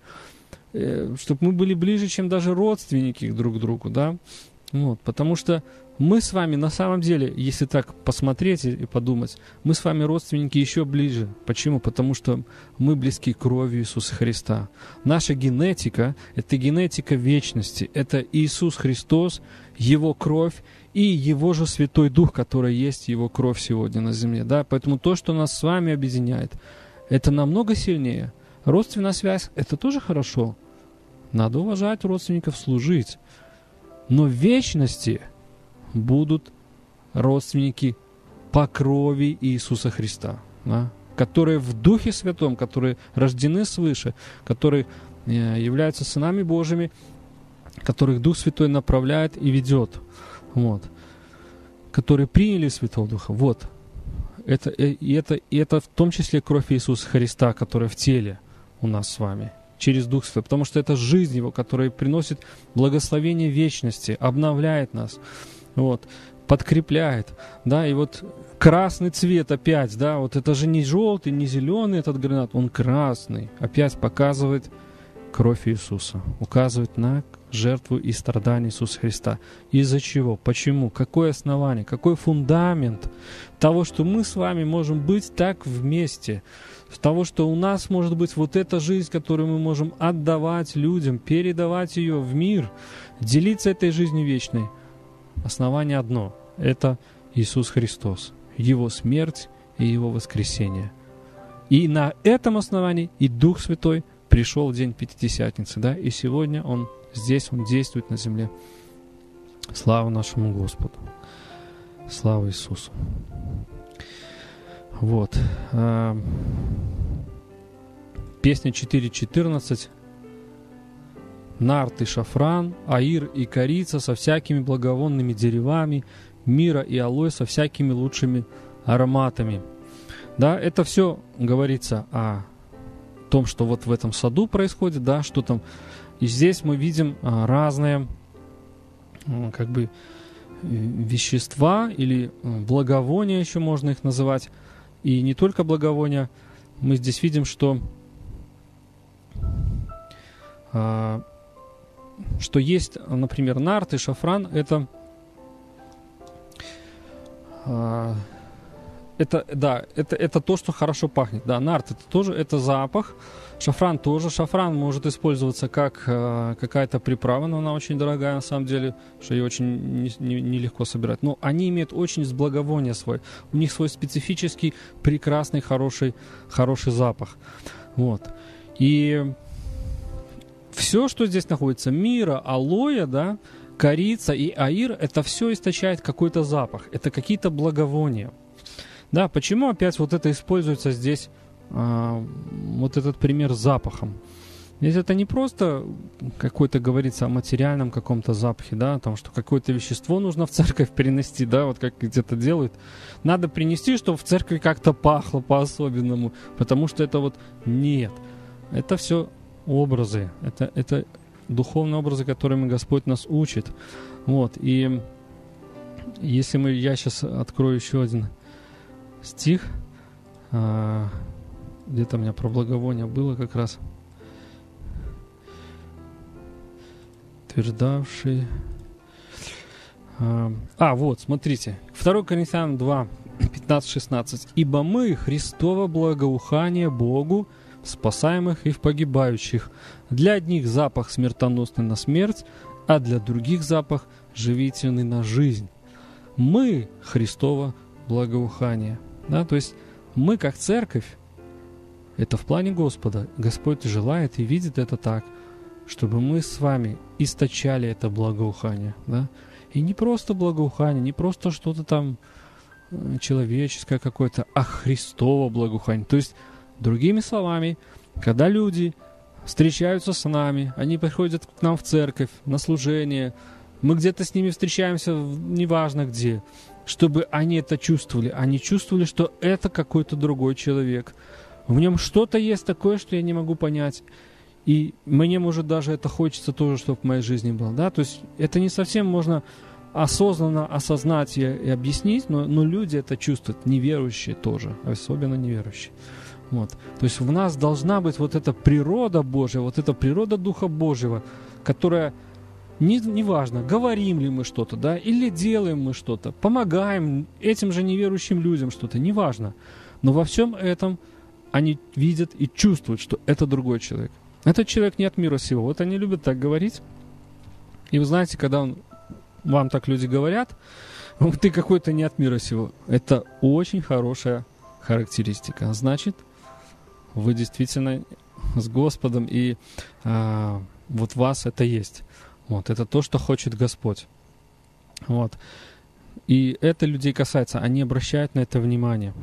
Speaker 1: чтобы мы были ближе, чем даже родственники друг к другу, да, вот, потому что мы с вами на самом деле, если так посмотреть и подумать, мы с вами родственники еще ближе. Почему? Потому что мы близки кровью Иисуса Христа. Наша генетика – это генетика вечности. Это Иисус Христос, Его кровь и Его же Святой Дух, который есть Его кровь сегодня на земле. Да? Поэтому то, что нас с вами объединяет, это намного сильнее. Родственная связь – это тоже хорошо. Надо уважать родственников, служить. Но в вечности будут родственники по крови Иисуса Христа, да, которые в Духе Святом, которые рождены свыше, которые э, являются сынами Божьими, которых Дух Святой направляет и ведет, вот, которые приняли Святого Духа. Вот. Это, и, это, и это в том числе кровь Иисуса Христа, которая в теле у нас с вами, через Дух Святой, потому что это жизнь Его, которая приносит благословение вечности, обновляет нас. Вот, подкрепляет, да, и вот красный цвет опять, да, вот это же не желтый, не зеленый этот гранат, он красный, опять показывает кровь Иисуса, указывает на жертву и страдания Иисуса Христа. Из-за чего? Почему? Какое основание? Какой фундамент того, что мы с вами можем быть так вместе, того, что у нас может быть вот эта жизнь, которую мы можем отдавать людям, передавать ее в мир, делиться этой жизнью вечной. Основание одно – это Иисус Христос, Его смерть и Его воскресение. И на этом основании и Дух Святой пришел в день Пятидесятницы, да, и сегодня Он здесь, Он действует на земле. Слава нашему Господу! Слава Иисусу! Вот. Песня четыре четырнадцать. Нарт и шафран, аир и корица со всякими благовонными деревами, мира и алоэ со всякими лучшими ароматами. Да, это все говорится о том, что вот в этом саду происходит, да, что там. И здесь мы видим а, разные а, как бы вещества или благовония, еще можно их называть. И не только благовония. Мы здесь видим, что а, что есть, например, нарт и шафран, это, э, это, да, это, это то, что хорошо пахнет. Да, нарт это тоже, это запах, шафран тоже. Шафран может использоваться как э, какая-то приправа, но она очень дорогая на самом деле, что ее очень нелегко не, не, не собирать. Но они имеют очень благовоние свой, у них свой специфический, прекрасный, хороший, хороший запах. Вот. И все, что здесь находится, мира, алоэ, да, корица и аир, это все источает какой-то запах, это какие-то благовония. Да, почему опять вот это используется здесь, а, вот этот пример с запахом? Ведь это не просто какой-то, говорится, о материальном каком-то запахе, да, о том, что какое-то вещество нужно в церковь перенести, да, вот как где-то делают. Надо принести, чтобы в церкви как-то пахло по-особенному, потому что это вот нет. Это все образы, это, это духовные образы, которыми Господь нас учит. Вот, и если мы, я сейчас открою еще один стих, а, где-то у меня про благовоние было как раз. Тверждавший. А, а, вот, смотрите. второе Коринфянам два, пятнадцать шестнадцать. «Ибо мы Христово благоухание Богу, спасаемых и в погибающих. Для одних запах смертоносный на смерть, а для других запах живительный на жизнь». Мы Христово благоухание. Да? То есть мы как церковь, это в плане Господа. Господь желает и видит это так, чтобы мы с вами источали это благоухание. Да? И не просто благоухание, не просто что-то там человеческое какое-то, а Христово благоухание. То есть, другими словами, когда люди встречаются с нами, они приходят к нам в церковь, на служение, мы где-то с ними встречаемся, неважно где, чтобы они это чувствовали. Они чувствовали, что это какой-то другой человек. В нем что-то есть такое, что я не могу понять. И мне, может, даже это хочется тоже, чтобы в моей жизни было. Да? То есть это не совсем можно осознанно осознать и, и объяснить, но, но люди это чувствуют, неверующие тоже, особенно неверующие. Вот. То есть в нас должна быть вот эта природа Божья, вот эта природа Духа Божьего, которая, не, не важно, говорим ли мы что-то, да, или делаем мы что-то, помогаем этим же неверующим людям что-то, неважно. Но во всем этом они видят и чувствуют, что это другой человек. Этот человек не от мира сего. Вот они любят так говорить. И вы знаете, когда он, вам так люди говорят, ты какой-то не от мира сего. Это очень хорошая характеристика. Значит, вы действительно с Господом, и а, вот в вас это есть. Вот, это то, что хочет Господь. Вот. И это людей касается, они обращают на это внимание.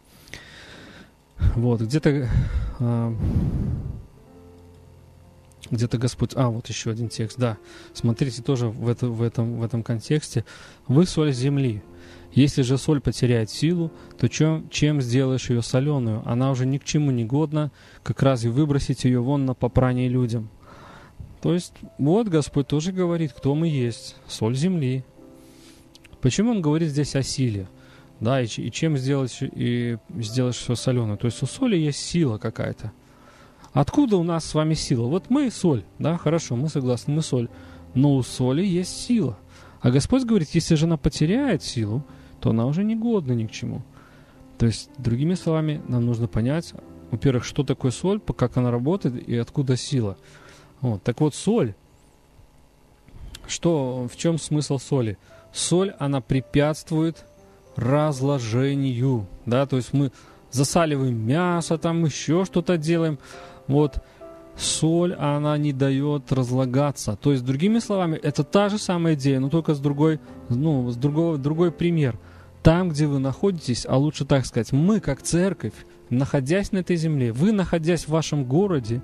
Speaker 1: Вот, где-то а, где-то Господь... А, вот еще один текст, да. Смотрите, тоже в, это, в, этом, в этом контексте. «Вы соль земли. Если же соль потеряет силу, то чем, чем сделаешь ее соленую? Она уже ни к чему не годна, как раз и выбросить ее вон на попрание людям». То есть, вот Господь тоже говорит, кто мы есть, соль земли. Почему Он говорит здесь о силе? Да, и, и чем сделать, и сделаешь все соленую? То есть у соли есть сила какая-то. Откуда у нас с вами сила? Вот мы соль, да, хорошо, мы согласны, мы соль. Но у соли есть сила. А Господь говорит, если же она потеряет силу, то она уже не годна ни к чему. То есть, другими словами, нам нужно понять, во-первых, что такое соль, как она работает и откуда сила. Вот. Так вот, соль, что, в чем смысл соли? Соль, она препятствует разложению, да, то есть мы засаливаем мясо, там еще что-то делаем, вот, соль, она не дает разлагаться, то есть, другими словами, это та же самая идея, но только с другой, ну, с другого, другой пример. Там, где вы находитесь, а лучше так сказать, мы, как церковь, находясь на этой земле, вы, находясь в вашем городе,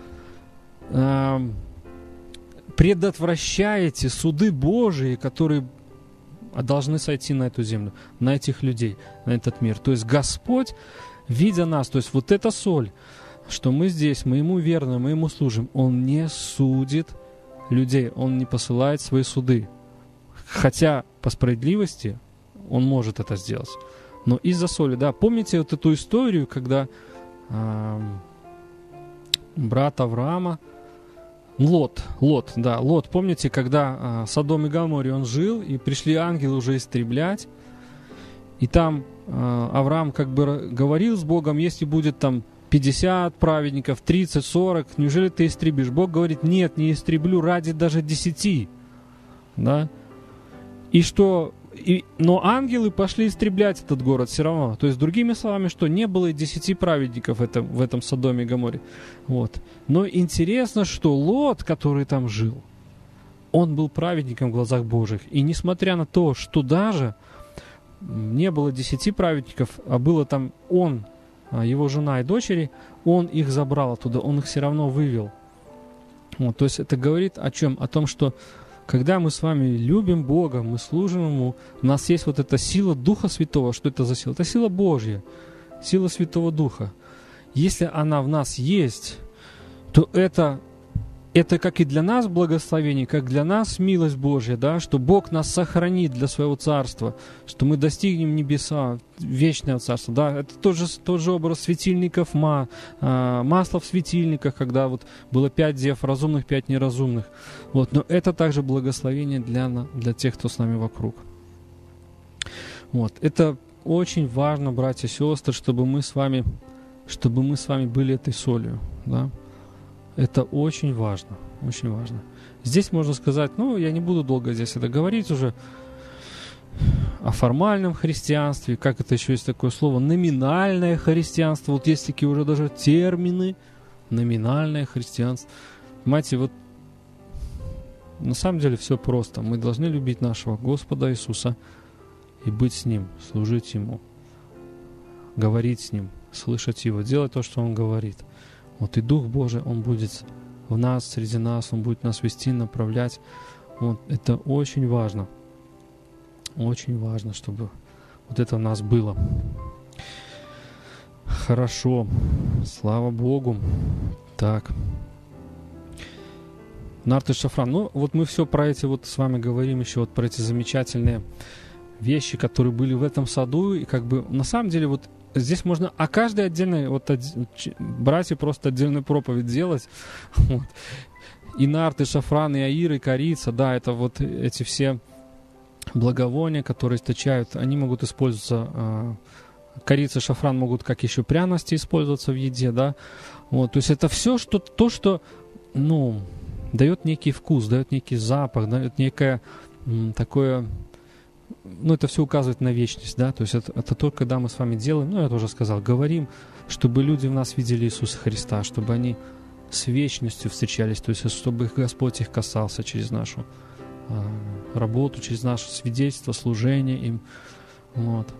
Speaker 1: э, предотвращаете суды Божии, которые должны сойти на эту землю, на этих людей, на этот мир. То есть Господь, видя нас, то есть вот эта соль, что мы здесь, мы Ему верны, мы Ему служим, Он не судит людей, Он не посылает свои суды. Хотя по справедливости Он может это сделать. Но из-за соли, да, помните вот эту историю, когда э, брат Авраама, Лот, Лот, да, Лот, помните, когда э, Содом и Гоморре он жил, и пришли ангелы уже истреблять, и там э, Авраам как бы говорил с Богом, если будет там пятьдесят праведников, тридцать, сорок, неужели ты истребишь? Бог говорит, нет, не истреблю ради даже десяти, да, и что... И, но ангелы пошли истреблять этот город все равно. То есть, другими словами, что не было и десяти праведников это, в этом Содоме и Гоморре. Вот. Но интересно, что Лот, который там жил, он был праведником в глазах Божьих. И несмотря на то, что даже не было десяти праведников, а было там он, его жена и дочери, он их забрал оттуда, он их все равно вывел. Вот. То есть, это говорит о чем? О том, что когда мы с вами любим Бога, мы служим Ему, у нас есть вот эта сила Духа Святого. Что это за сила? Это сила Божья, сила Святого Духа. Если она в нас есть, то это, это как и для нас благословение, как для нас милость Божья, да, что Бог нас сохранит для Своего Царства, что мы достигнем небеса, вечного Царства. Да, это тот же, тот же образ светильников, ма, а, масла в светильниках, когда вот было пять дев разумных, пять неразумных. Вот, но это также благословение для, для тех, кто с нами вокруг. Вот, это очень важно, братья и сестры, чтобы мы с вами, чтобы мы с вами были этой солью, да. Это очень важно, очень важно. Здесь можно сказать, ну, я не буду долго здесь это говорить уже, о формальном христианстве, как это еще есть такое слово, номинальное христианство, вот есть такие уже даже термины, номинальное христианство. Понимаете, вот на самом деле все просто. Мы должны любить нашего Господа Иисуса и быть с Ним, служить Ему, говорить с Ним, слышать Его, делать то, что Он говорит. Вот и Дух Божий, Он будет в нас, среди нас, Он будет нас вести, направлять. Вот это очень важно. Очень важно, чтобы вот это у нас было. Хорошо. Слава Богу. Так. нарт и шафран. Ну, вот мы все про эти вот с вами говорим еще вот про эти замечательные вещи, которые были в этом саду, и как бы на самом деле вот здесь можно о каждой отдельной вот брать и просто отдельную проповедь делать. Вот. И нарт, и шафран, и аир, и корица, да, это вот эти все благовония, которые источают, они могут использоваться, корица, шафран могут как еще пряности использоваться в еде, да. Вот, то есть это все, что, то, что, ну, дает некий вкус, дает некий запах, дает некое м, такое, ну, это все указывает на вечность, да, то есть это, это то, когда мы с вами делаем, ну, я тоже сказал, говорим, чтобы люди в нас видели Иисуса Христа, чтобы они с вечностью встречались, то есть чтобы их Господь их касался через нашу э, работу, через наше свидетельство, служение им, вот.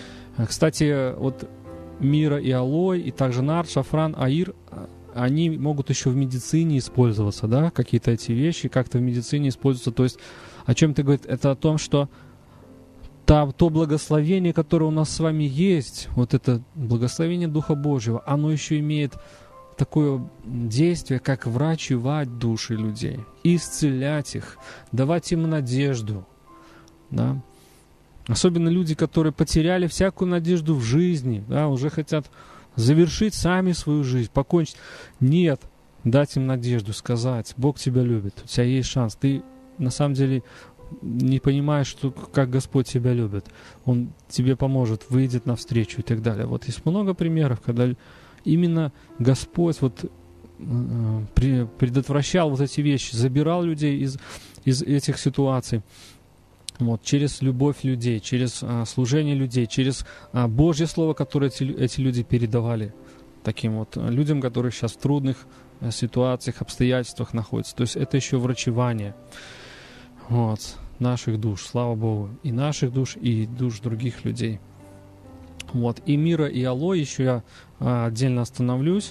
Speaker 1: Кстати, вот мира и алой, и также нарт, шафран, аир, они могут еще в медицине использоваться, да, какие-то эти вещи как-то в медицине используются. То есть о чем ты говоришь? Это о том, что та, то благословение, которое у нас с вами есть, вот это благословение Духа Божьего, оно еще имеет такое действие, как врачевать души людей, исцелять их, давать им надежду, да. Особенно люди, которые потеряли всякую надежду в жизни, да, уже хотят завершить сами свою жизнь, покончить. Нет, дать им надежду, сказать, Бог тебя любит, у тебя есть шанс. Ты на самом деле не понимаешь, что, как Господь тебя любит. Он тебе поможет, выйдет навстречу и так далее. Вот есть много примеров, когда именно Господь вот, э, предотвращал вот эти вещи, забирал людей из, из этих ситуаций. Вот, через любовь людей, через а, служение людей, через а, Божье Слово, которое эти, эти люди передавали таким вот людям, которые сейчас в трудных а, ситуациях, обстоятельствах находятся. То есть это еще врачевание вот, наших душ, слава Богу, и наших душ, и душ других людей. Вот. И мира, и алой еще я а, отдельно остановлюсь.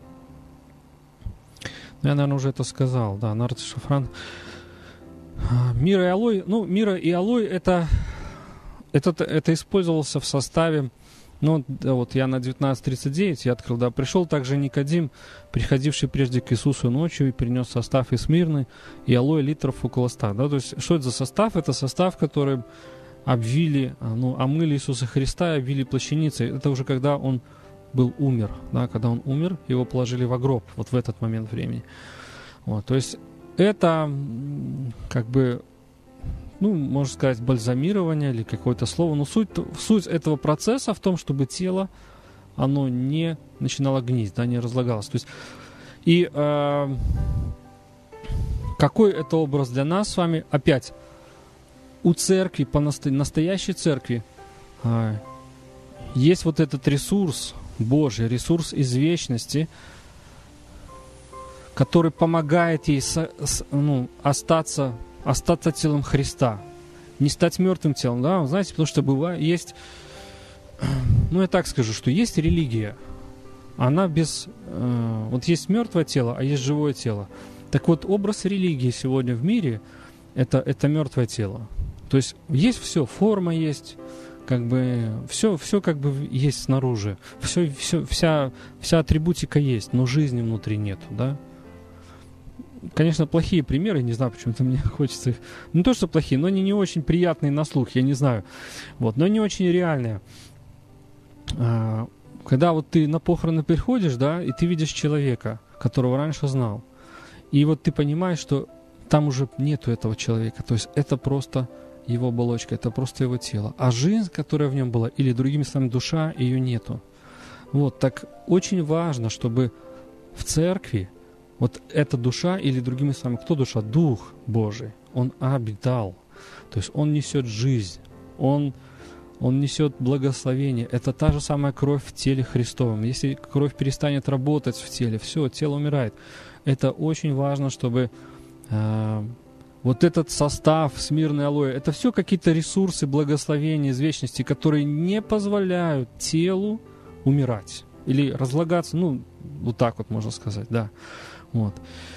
Speaker 1: Я, наверное, уже это сказал, да, нарт и шафран. Мира и алой, ну, мира и алой это, это, это использовался в составе, ну, да, вот я на девятнадцать тридцать девять, я открыл, да, пришел также Никодим, приходивший прежде к Иисусу ночью, и принес состав из мирны и алой литров около ста, да, то есть, что это за состав? Это состав, который обвили, ну, омыли Иисуса Христа и обвили плащаницей, это уже когда он был умер, да, когда он умер, его положили во гроб, вот в этот момент времени, вот, то есть, это как бы, ну, можно сказать, бальзамирование или какое-то слово. Но суть, суть этого процесса в том, чтобы тело, оно не начинало гнить, да, не разлагалось. То есть, и э, какой это образ для нас с вами? Опять, у церкви, по насто- настоящей церкви, э, есть вот этот ресурс Божий, ресурс из вечности, который помогает ей с, с, ну, остаться, остаться телом Христа, не стать мертвым телом, да, вы знаете, потому что бывает, есть, ну, я так скажу, что есть религия, она без, э, вот есть мертвое тело, а есть живое тело. Так вот, образ религии сегодня в мире это, это мертвое тело. То есть есть все, форма есть, как бы все, все как бы есть снаружи, все, все, вся, вся атрибутика есть, но жизни внутри нету, да. Конечно, плохие примеры, не знаю, почему-то мне хочется их... Не то, что плохие, но они не очень приятные на слух, я не знаю. Вот, но они очень реальные. А, когда вот ты на похороны приходишь, да, и ты видишь человека, которого раньше знал, и вот ты понимаешь, что там уже нету этого человека, то есть это просто его оболочка, это просто его тело. А жизнь, которая в нем была, или другими словами, душа, ее нету. Вот, так очень важно, чтобы в церкви вот эта душа, или другими словами, кто душа? Дух Божий. Он обитал. То есть Он несет жизнь. Он, он несет благословение. Это та же самая кровь в теле Христовом. Если кровь перестанет работать в теле, все, тело умирает. Это очень важно, чтобы э, вот этот состав смирной алоэ, это все какие-то ресурсы благословения из вечности, которые не позволяют телу умирать. Или разлагаться, ну, вот так вот можно сказать, да. Вот.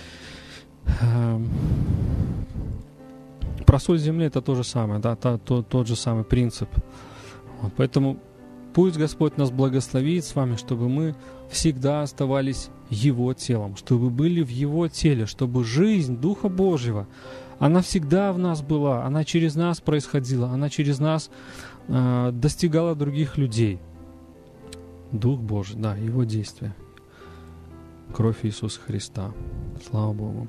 Speaker 1: Про соль земли это то же самое, да, то, то, тот же самый принцип. Поэтому пусть Господь нас благословит с вами, чтобы мы всегда оставались Его телом, чтобы были в Его теле, чтобы жизнь Духа Божьего, она всегда в нас была, она через нас происходила, она через нас э, достигала других людей. Дух Божий, да, Его действие. Кровь Иисуса Христа. Слава Богу.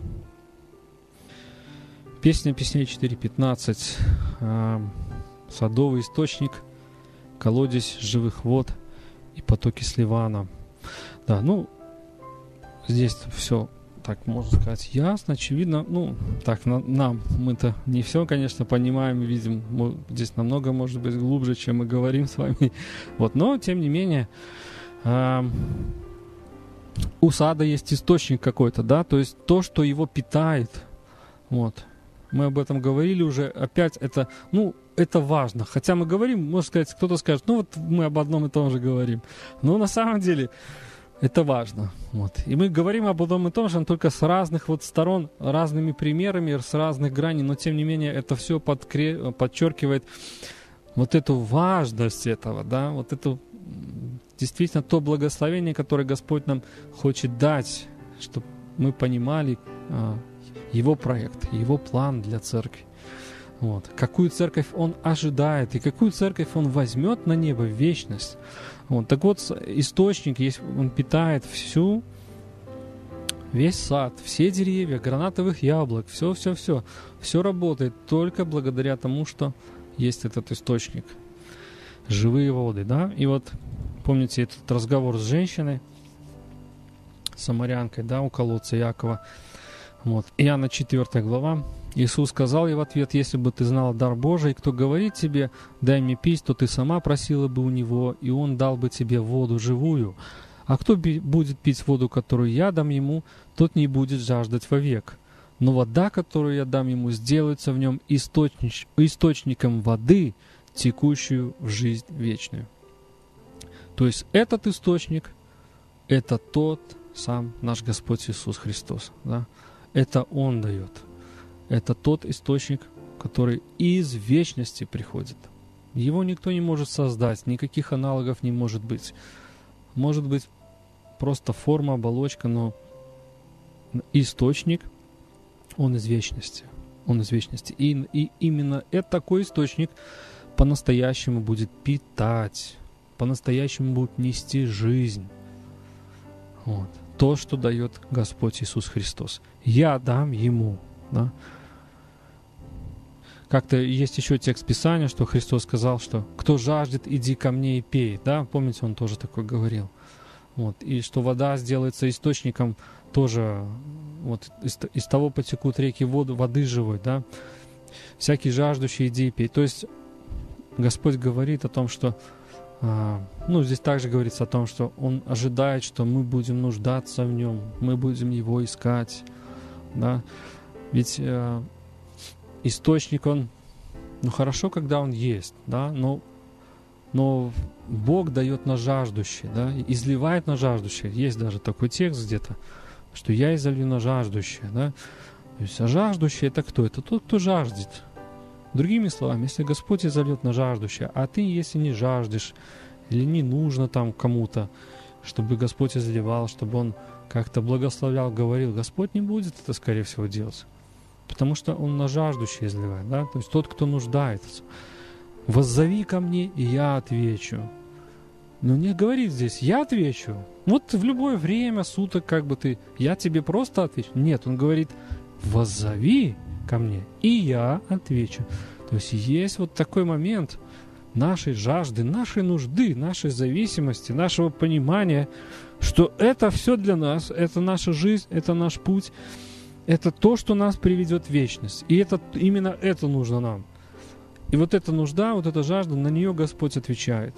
Speaker 1: Песня Песней четыре пятнадцать. Э, Садовый источник, колодец живых вод и потоки с Ливана. Да, ну, здесь все, так можно сказать, ясно, очевидно. Ну, так, на, нам, мы-то не все, конечно, понимаем и видим. Мы, здесь намного, может быть, глубже, чем мы говорим с вами. Вот, но, тем не менее, э, у сада есть источник какой-то, да, то есть то, что его питает. Вот. Мы об этом говорили уже. Опять это, ну, это важно. Хотя мы говорим, можно сказать, кто-то скажет, ну вот мы об одном и том же говорим. Но на самом деле это важно. Вот. И мы говорим об одном и том же, но только с разных вот сторон, разными примерами, с разных граней. Но тем не менее это все подкре... подчеркивает вот эту важность этого, да, вот это действительно то благословение, которое Господь нам хочет дать, чтобы мы понимали а, Его проект, Его план для церкви. Вот. Какую церковь Он ожидает и какую церковь Он возьмет на небо в вечность. Вот. Так вот, источник есть, он питает всю, весь сад, все деревья, гранатовых яблок, все-все-все. Все работает только благодаря тому, что есть этот источник. Живые воды, да? И вот, помните этот разговор с женщиной, самарянкой, да, у колодца Иакова. Вот. Иоанна четвёртая глава. Иисус сказал ей в ответ: «Если бы ты знала дар Божий, кто говорит тебе, дай мне пить, то ты сама просила бы у Него, и Он дал бы тебе воду живую. А кто будет пить воду, которую я дам ему, тот не будет жаждать вовек. Но вода, которую я дам ему, сделается в нем источнич, источником воды, текущую в жизнь вечную». То есть этот источник — это тот сам наш Господь Иисус Христос. Да? Это Он дает. Это тот источник, который из вечности приходит. Его никто не может создать, никаких аналогов не может быть. Может быть просто форма, оболочка, но источник, он из вечности. Он из вечности. И, и именно этот такой источник по-настоящему будет питать, по-настоящему будет нести жизнь. Вот. То, что дает Господь Иисус Христос. Я дам Ему. Да? Как-то есть еще текст Писания, что Христос сказал, что «кто жаждет, иди ко мне и пей». Да? Помните, Он тоже такое говорил. Вот. И что вода сделается источником тоже, вот, из, из того потекут реки воды, воды живой. Да? Всякий жаждущий, иди и пей. То есть Господь говорит о том, что а, ну, здесь также говорится о том, что Он ожидает, что мы будем нуждаться в Нем, мы будем Его искать. Да? Ведь э, источник, он, ну хорошо, когда он есть, да, но, но Бог дает на жаждущие, да, изливает на жаждущие. Есть даже такой текст где-то, что я изолью на жаждущие, да. То есть, а жаждущий — это кто? Это тот, кто жаждет. Другими словами, если Господь изольет на жаждущие, а ты, если не жаждешь, или не нужно там кому-то, чтобы Господь изливал, чтобы Он как-то благословлял, говорил, Господь не будет это, скорее всего, делать. Потому что Он на жаждущие изливает, да? То есть тот, кто нуждается. «Воззови ко мне, и я отвечу». Но не говорит здесь «я отвечу». Вот в любое время суток как бы ты «я тебе просто отвечу». Нет, Он говорит «воззови ко мне, и я отвечу». То есть есть вот такой момент нашей жажды, нашей нужды, нашей зависимости, нашего понимания, что это все для нас, это наша жизнь, это наш путь, это то, что нас приведет в вечность. И это, именно это нужно нам. И вот эта нужда, вот эта жажда, на нее Господь отвечает.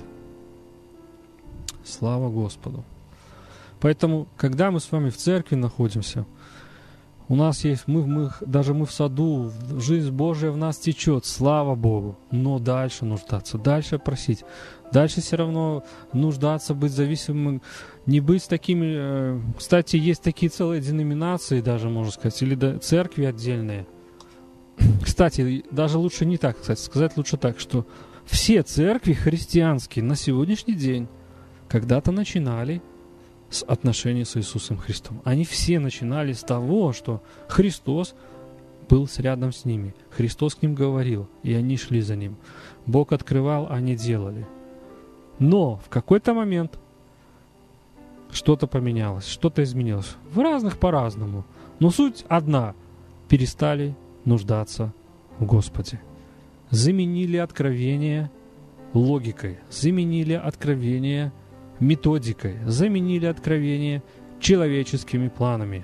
Speaker 1: Слава Господу. Поэтому, когда мы с вами в церкви находимся, у нас есть, мы, мы, даже мы в саду, жизнь Божия в нас течет, слава Богу. Но дальше нуждаться, дальше просить. Дальше все равно нуждаться, быть зависимым, не быть такими... Кстати, есть такие целые деноминации даже, можно сказать, или церкви отдельные. Кстати, даже лучше не так, кстати, сказать лучше так, что все церкви христианские на сегодняшний день когда-то начинали с отношений с Иисусом Христом. Они все начинали с того, что Христос был рядом с ними. Христос к ним говорил, и они шли за Ним. Бог открывал, они делали. Но в какой-то момент что-то поменялось, что-то изменилось. В разных по-разному. Но суть одна. Перестали нуждаться в Господе. Заменили откровение логикой, заменили откровение методикой, заменили откровение человеческими планами.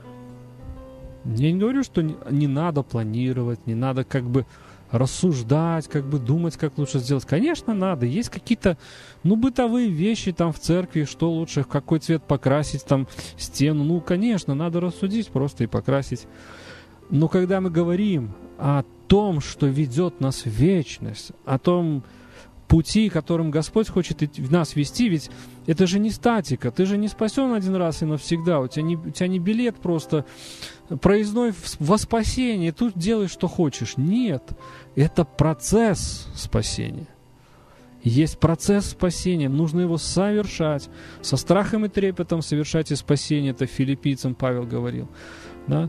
Speaker 1: Я не говорю, что не, не надо планировать, не надо как бы рассуждать, как бы думать, как лучше сделать. Конечно, надо. Есть какие-то, ну, бытовые вещи там в церкви, что лучше, в какой цвет покрасить там стену. Ну, конечно, надо рассудить просто и покрасить. Но когда мы говорим о том, что ведет нас в вечность, о том пути, которым Господь хочет нас вести, ведь это же не статика, ты же не спасен один раз и навсегда, у тебя не, у тебя не билет просто проездной во спасение, тут делай, что хочешь. Нет, это процесс спасения. Есть процесс спасения, нужно его совершать, со страхом и трепетом совершать и спасение, это филиппийцам Павел говорил. Да?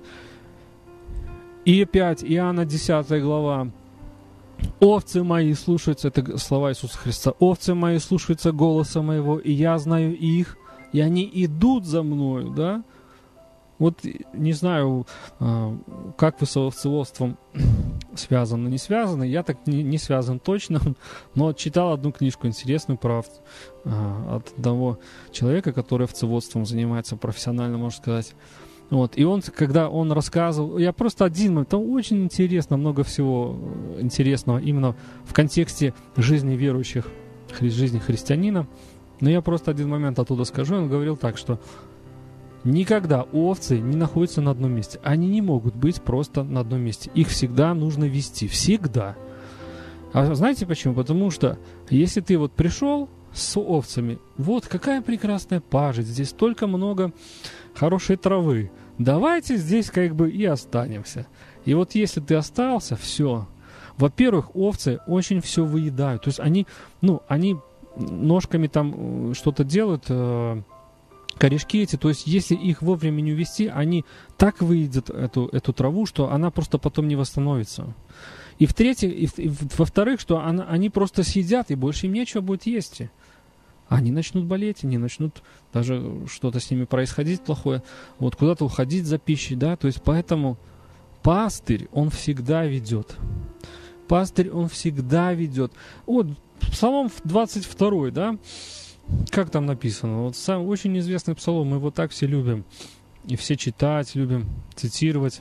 Speaker 1: И опять Иоанна десятая глава. «Овцы мои слушаются», это слова Иисуса Христа, «овцы мои слушаются голоса моего, и я знаю их, и они идут за мною», да? Вот не знаю, как вы с овцеводством связаны, не связаны, я так не, не связан точно, но читал одну книжку интересную про от одного человека, который овцеводством занимается профессионально, можно сказать. Вот. И он, когда он рассказывал, я просто один, там очень интересно, много всего интересного именно в контексте жизни верующих, жизни христианина. Но я просто один момент оттуда скажу. Он говорил так, что никогда овцы не находятся на одном месте. Они не могут быть просто на одном месте. Их всегда нужно вести. Всегда. А знаете почему? Потому что если ты вот пришел с овцами, вот какая прекрасная пажить, здесь столько много хорошей травы, давайте здесь как бы и останемся. И вот если ты остался, все. Во-первых, овцы очень все выедают. То есть они, ну, они ножками там что-то делают, э, корешки эти. То есть если их вовремя не увести, они так выедят эту, эту траву, что она просто потом не восстановится. И в-третьих, и, в, и во-вторых, что она, они просто съедят, и больше им нечего будет есть. Они начнут болеть, они начнут даже что-то с ними происходить плохое, вот куда-то уходить за пищей, да, то есть поэтому пастырь, он всегда ведет. Пастырь, он всегда ведет. Вот, Псалом двадцать два, да, как там написано, вот сам очень известный псалом, мы его так все любим, и все читать любим, цитировать,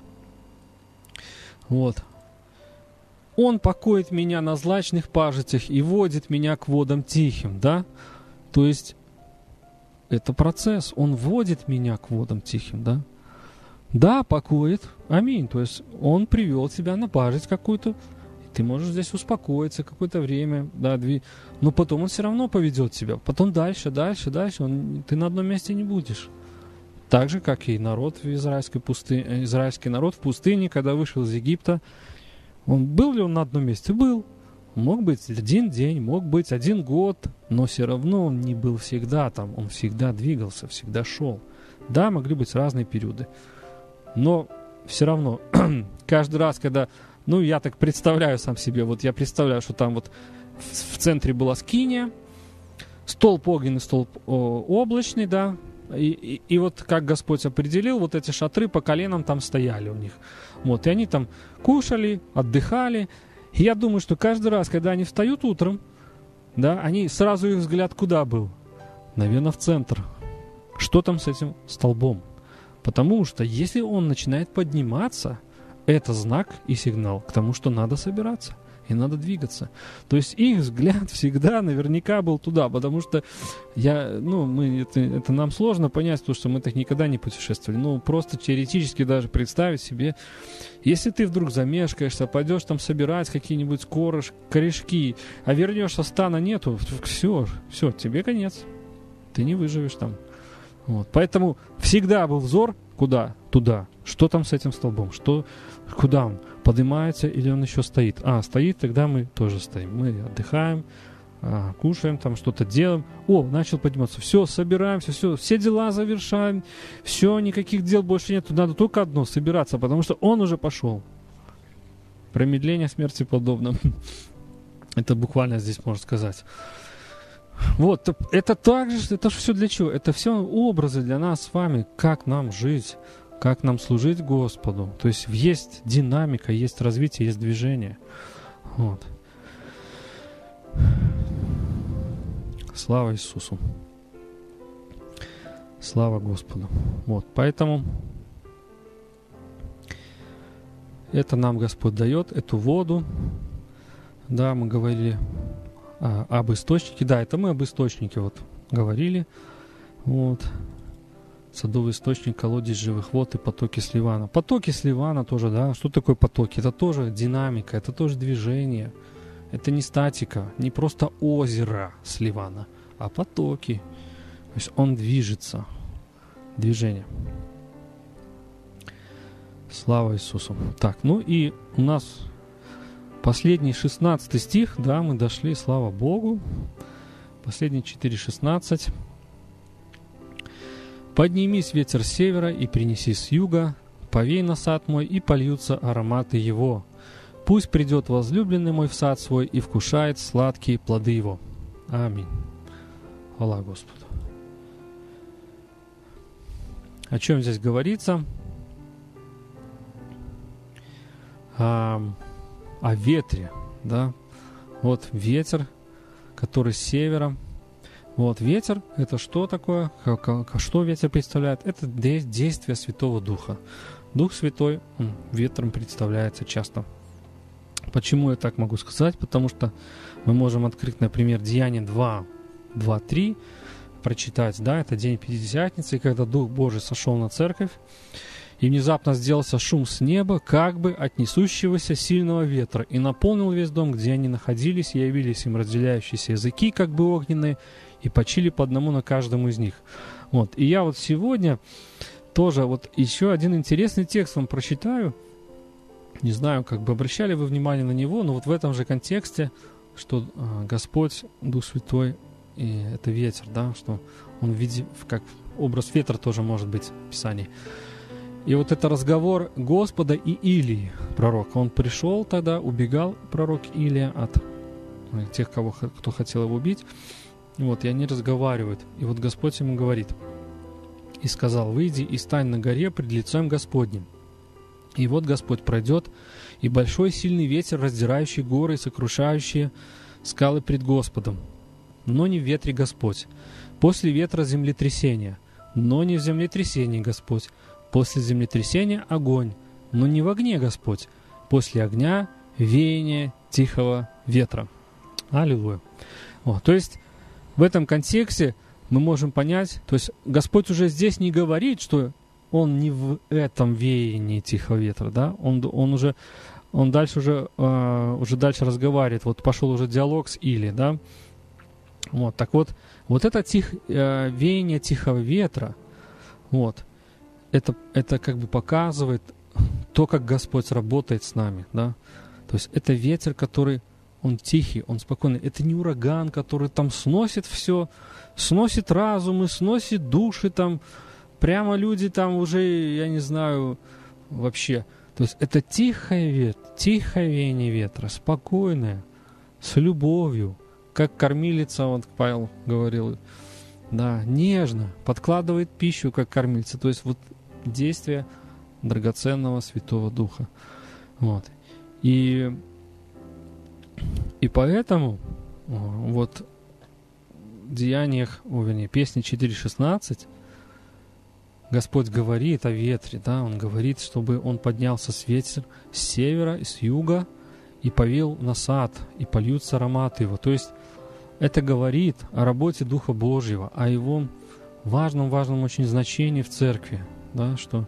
Speaker 1: вот. Он покоит меня на злачных пажитях и водит меня к водам тихим, да. То есть это процесс. Он вводит меня к водам тихим, да? Да, покоит. Аминь. То есть он привел тебя на пажить какую-то. Ты можешь здесь успокоиться какое-то время, да, дви... но потом он все равно поведет тебя. Потом дальше, дальше, дальше. Он... Ты на одном месте не будешь. Так же, как и народ в израильской пустыне, израильский народ в пустыне, когда вышел из Египта. Он был ли он на одном месте? Был. Мог быть один день, мог быть один год, но все равно он не был всегда там, он всегда двигался, всегда шел. Да, могли быть разные периоды, но все равно каждый раз, когда, ну, я так представляю сам себе, вот я представляю, что там вот в, в центре была скиния, столб огненный, столб о, облачный, да, и, и, и вот как Господь определил, вот эти шатры по коленам там стояли у них, вот, и они там кушали, отдыхали. И я думаю, что каждый раз, когда они встают утром, да, они сразу их взгляд куда был? Наверное, в центр. Что там с этим столбом? Потому что если он начинает подниматься, это знак и сигнал к тому, что надо собираться и надо двигаться. То есть их взгляд всегда наверняка был туда, потому что я, ну, мы, это, это нам сложно понять, потому что мы так никогда не путешествовали. Ну, просто теоретически даже представить себе, если ты вдруг замешкаешься, пойдешь там собирать какие-нибудь кореш, корешки, а вернешься, стана нету, все, все, тебе конец. Ты не выживешь там. Вот. Поэтому всегда был взор куда? Туда. Что там с этим столбом? Что, куда он? Поднимается или он еще стоит? А, стоит, тогда мы тоже стоим. Мы отдыхаем, а, кушаем, там что-то делаем. О, начал подниматься. Все, собираемся, все, все дела завершаем. Все, никаких дел больше нет. Надо только одно — собираться, потому что он уже пошел. Промедление смерти подобно. Это буквально здесь можно сказать. Вот, это также, это же все для чего? Это все образы для нас с вами, как нам жить, как нам служить Господу. То есть есть динамика, есть развитие, есть движение. Вот. Слава Иисусу. Слава Господу. Вот, поэтому это нам Господь дает, эту воду. Да, мы говорили а, об источнике. Да, это мы об источнике вот говорили. Вот. Садовый источник, колодец живых вод и потоки с Ливана. Потоки с Ливана тоже, да. Что такое потоки? Это тоже динамика, это тоже движение. Это не статика, не просто озеро с Ливана, а потоки. То есть он движется. Движение. Слава Иисусу. Так, ну и у нас последний шестнадцатый стих, да, мы дошли, слава Богу. Последний четыре шестнадцать. «Поднимись, ветер с севера, и принеси с юга, повей на сад мой, и польются ароматы его. Пусть придет возлюбленный мой в сад свой, и вкушает сладкие плоды его». Аминь. Хвала Господу. О чем здесь говорится? О, о ветре, да. Вот ветер, который с севера. Вот ветер — это что такое? Что ветер представляет? Это действие Святого Духа. Дух Святой, он ветром представляется часто. Почему я так могу сказать? Потому что мы можем открыть, например, Деяния два, два, три, прочитать, да, это день Пятидесятницы, когда Дух Божий сошел на церковь, и внезапно сделался шум с неба, как бы от несущегося сильного ветра, и наполнил весь дом, где они находились, и явились им разделяющиеся языки, как бы огненные, и почили по одному на каждому из них. Вот. И я вот сегодня тоже вот еще один интересный текст вам прочитаю. Не знаю, как бы обращали вы внимание на него, но вот в этом же контексте, что э, Господь, Дух Святой, и это ветер, да, что он в виде, как образ ветра тоже может быть в Писании. И вот это разговор Господа и Илии, пророка. Он пришел тогда, убегал пророк Илия от тех, кого, кто хотел его убить. И вот, и они разговаривают. И вот Господь ему говорит: «И сказал: выйди и стань на горе пред лицом Господним. И вот Господь пройдет, и большой сильный ветер, раздирающий горы и сокрушающие скалы пред Господом. Но не в ветре Господь. После ветра землетрясение, но не в землетрясении Господь. После землетрясения огонь, но не в огне Господь. После огня веяние тихого ветра». Аллилуйя. Вот, то есть в этом контексте мы можем понять, то есть Господь уже здесь не говорит, что Он не в этом веянии тихого ветра, да, Он, он уже, Он дальше уже, э, уже дальше разговаривает, вот пошел уже диалог с Или, да, вот, так вот, вот это тих, э, веяние тихого ветра, вот, это, это как бы показывает то, как Господь работает с нами, да, то есть это ветер, который он тихий, он спокойный. Это не ураган, который там сносит все, сносит разумы, сносит души, там прямо люди там уже, я не знаю, вообще. То есть это тихое ветер, тихое веяние ветра, спокойное, с любовью, как кормилица, вот Павел говорил, да, нежно, подкладывает пищу, как кормилица. То есть вот действие драгоценного Святого Духа. Вот. И И поэтому вот в Деяниях, о, вернее, песне четыре шестнадцать Господь говорит о ветре, да, Он говорит, чтобы Он поднялся с ветер с севера и с юга и повел на сад, и польются ароматы его. То есть это говорит о работе Духа Божьего, о Его важном-важном очень значении в церкви, да, что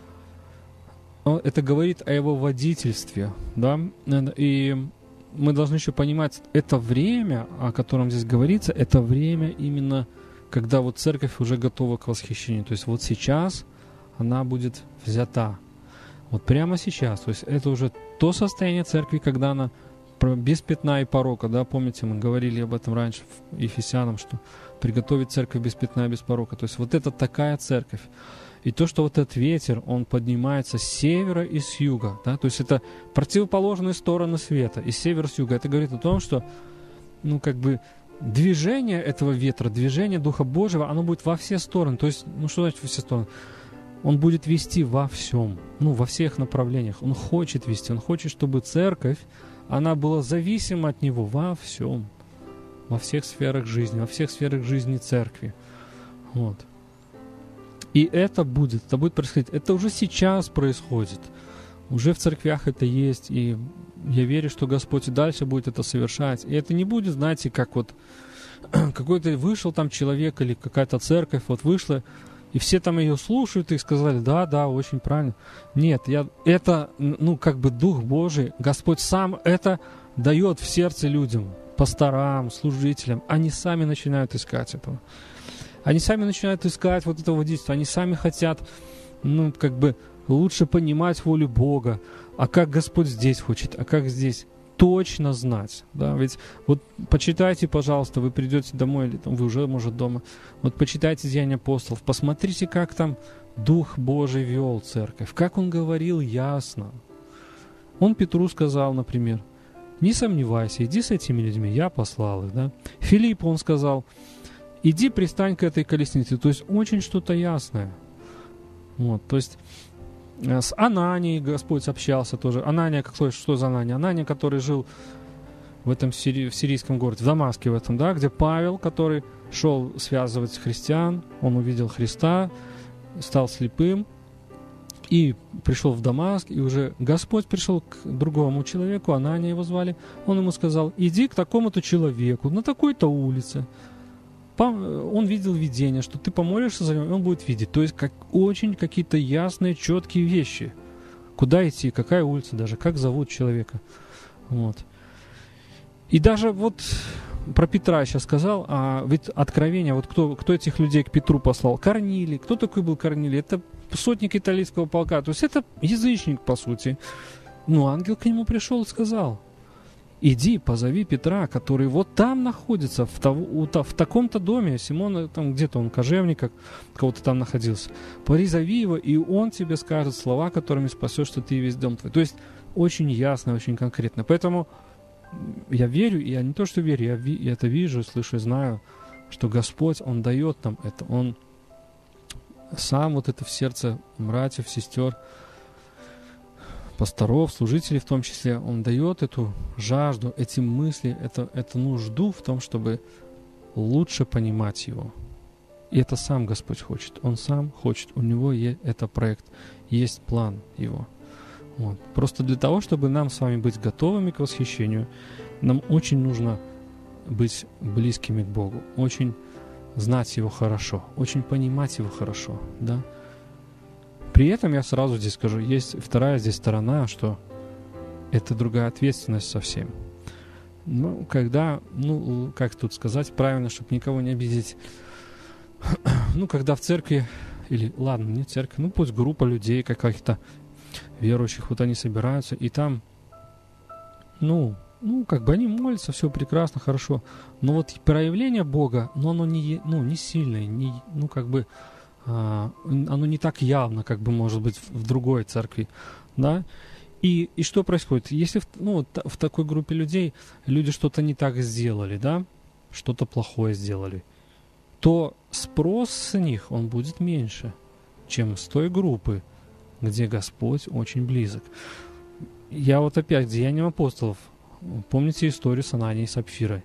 Speaker 1: это говорит о Его водительстве, да, и мы должны еще понимать, это время, о котором здесь говорится, это время именно, когда вот церковь уже готова к восхищению. То есть вот сейчас она будет взята. Вот прямо сейчас. То есть это уже то состояние церкви, когда она без пятна и порока, да, помните, мы говорили об этом раньше в Ефесянам, что приготовить церковь без пятна и без порока. То есть вот это такая церковь. И то, что вот этот ветер, он поднимается с севера и с юга, да, то есть это противоположные стороны света, и с севера, с юга. Это говорит о том, что, ну, как бы, движение этого ветра, движение Духа Божьего, оно будет во все стороны. То есть, ну, что значит во все стороны? Он будет вести во всем, ну, во всех направлениях. Он хочет вести, он хочет, чтобы церковь, она была зависима от Него во всем, во всех сферах жизни, во всех сферах жизни церкви. Вот. И это будет, это будет происходить. Это уже сейчас происходит. Уже в церквях это есть, и я верю, что Господь и дальше будет это совершать. И это не будет, знаете, как вот какой-то вышел там человек или какая-то церковь вот вышла, и все там ее слушают и сказали, да, да, очень правильно. Нет, я, это, ну, как бы Дух Божий, Господь сам это дает в сердце людям, пасторам, служителям. Они сами начинают искать этого. Они сами начинают искать вот этого водительства. Они сами хотят, ну, как бы лучше понимать волю Бога. А как Господь здесь хочет, а как здесь. Точно знать, да, ведь вот почитайте, пожалуйста, вы придете домой, или там, вы уже, может, дома, вот почитайте Деяния апостолов, посмотрите, как там Дух Божий вел церковь, как Он говорил ясно. Он Петру сказал, например, не сомневайся, иди с этими людьми, я послал их, да. Филиппу Он сказал, иди пристань к этой колеснице, то есть очень что-то ясное. Вот, то есть с Ананией Господь общался тоже. Анания, какой, что за Анания? Анания, который жил в этом сири, в сирийском городе, в Дамаске в этом, да, где Павел, который шел связывать христиан, он увидел Христа, стал слепым и пришел в Дамаск, и уже Господь пришел к другому человеку, Анания его звали, он ему сказал, иди к такому-то человеку на такой-то улице. Он видел видение, что ты помолишься за него, и он будет видеть. То есть как, очень какие-то ясные, четкие вещи. Куда идти, какая улица даже, как зовут человека. Вот. И даже вот про Петра я сейчас сказал, а ведь откровение, вот кто, кто этих людей к Петру послал? Корнилий. Кто такой был Корнилий? Это сотник италийского полка. То есть это язычник, по сути. Ну, ангел к нему пришел и сказал, иди, позови Петра, который вот там находится, в, того, в таком-то доме. Симон, там где-то он кожевник, кого-то там находился. Призови его, и он тебе скажет слова, которыми спасешь, что ты и весь дом твой. То есть очень ясно, очень конкретно. Поэтому я верю, я не то что верю, я, ви, я это вижу, слышу и знаю, что Господь, Он дает нам это. Он сам вот это в сердце братьев, сестер, пасторов, служителей в том числе, Он дает эту жажду, эти мысли, это, эту нужду в том, чтобы лучше понимать Его. И это сам Господь хочет. Он сам хочет. У Него есть это проект, есть план Его. Вот. Просто для того, чтобы нам с вами быть готовыми к восхищению, нам очень нужно быть близкими к Богу, очень знать Его хорошо, очень понимать Его хорошо, да. При этом я сразу здесь скажу, есть вторая здесь сторона, что это другая ответственность совсем. Ну, когда, ну, как тут сказать правильно, чтобы никого не обидеть, ну, когда в церкви, или, ладно, не церковь, ну, пусть группа людей каких-то верующих, вот они собираются, и там, ну, ну, как бы они молятся, все прекрасно, хорошо, но вот проявление Бога, но оно не, ну, не сильное, не, ну, как бы, оно не так явно, как бы может быть в другой церкви, да, и, и что происходит, если в, ну, в такой группе людей люди что-то не так сделали, да, что-то плохое сделали, то спрос с них, он будет меньше, чем с той группы, где Господь очень близок. Я вот опять, Деянием апостолов, помните историю с Ананией и Сапфирой?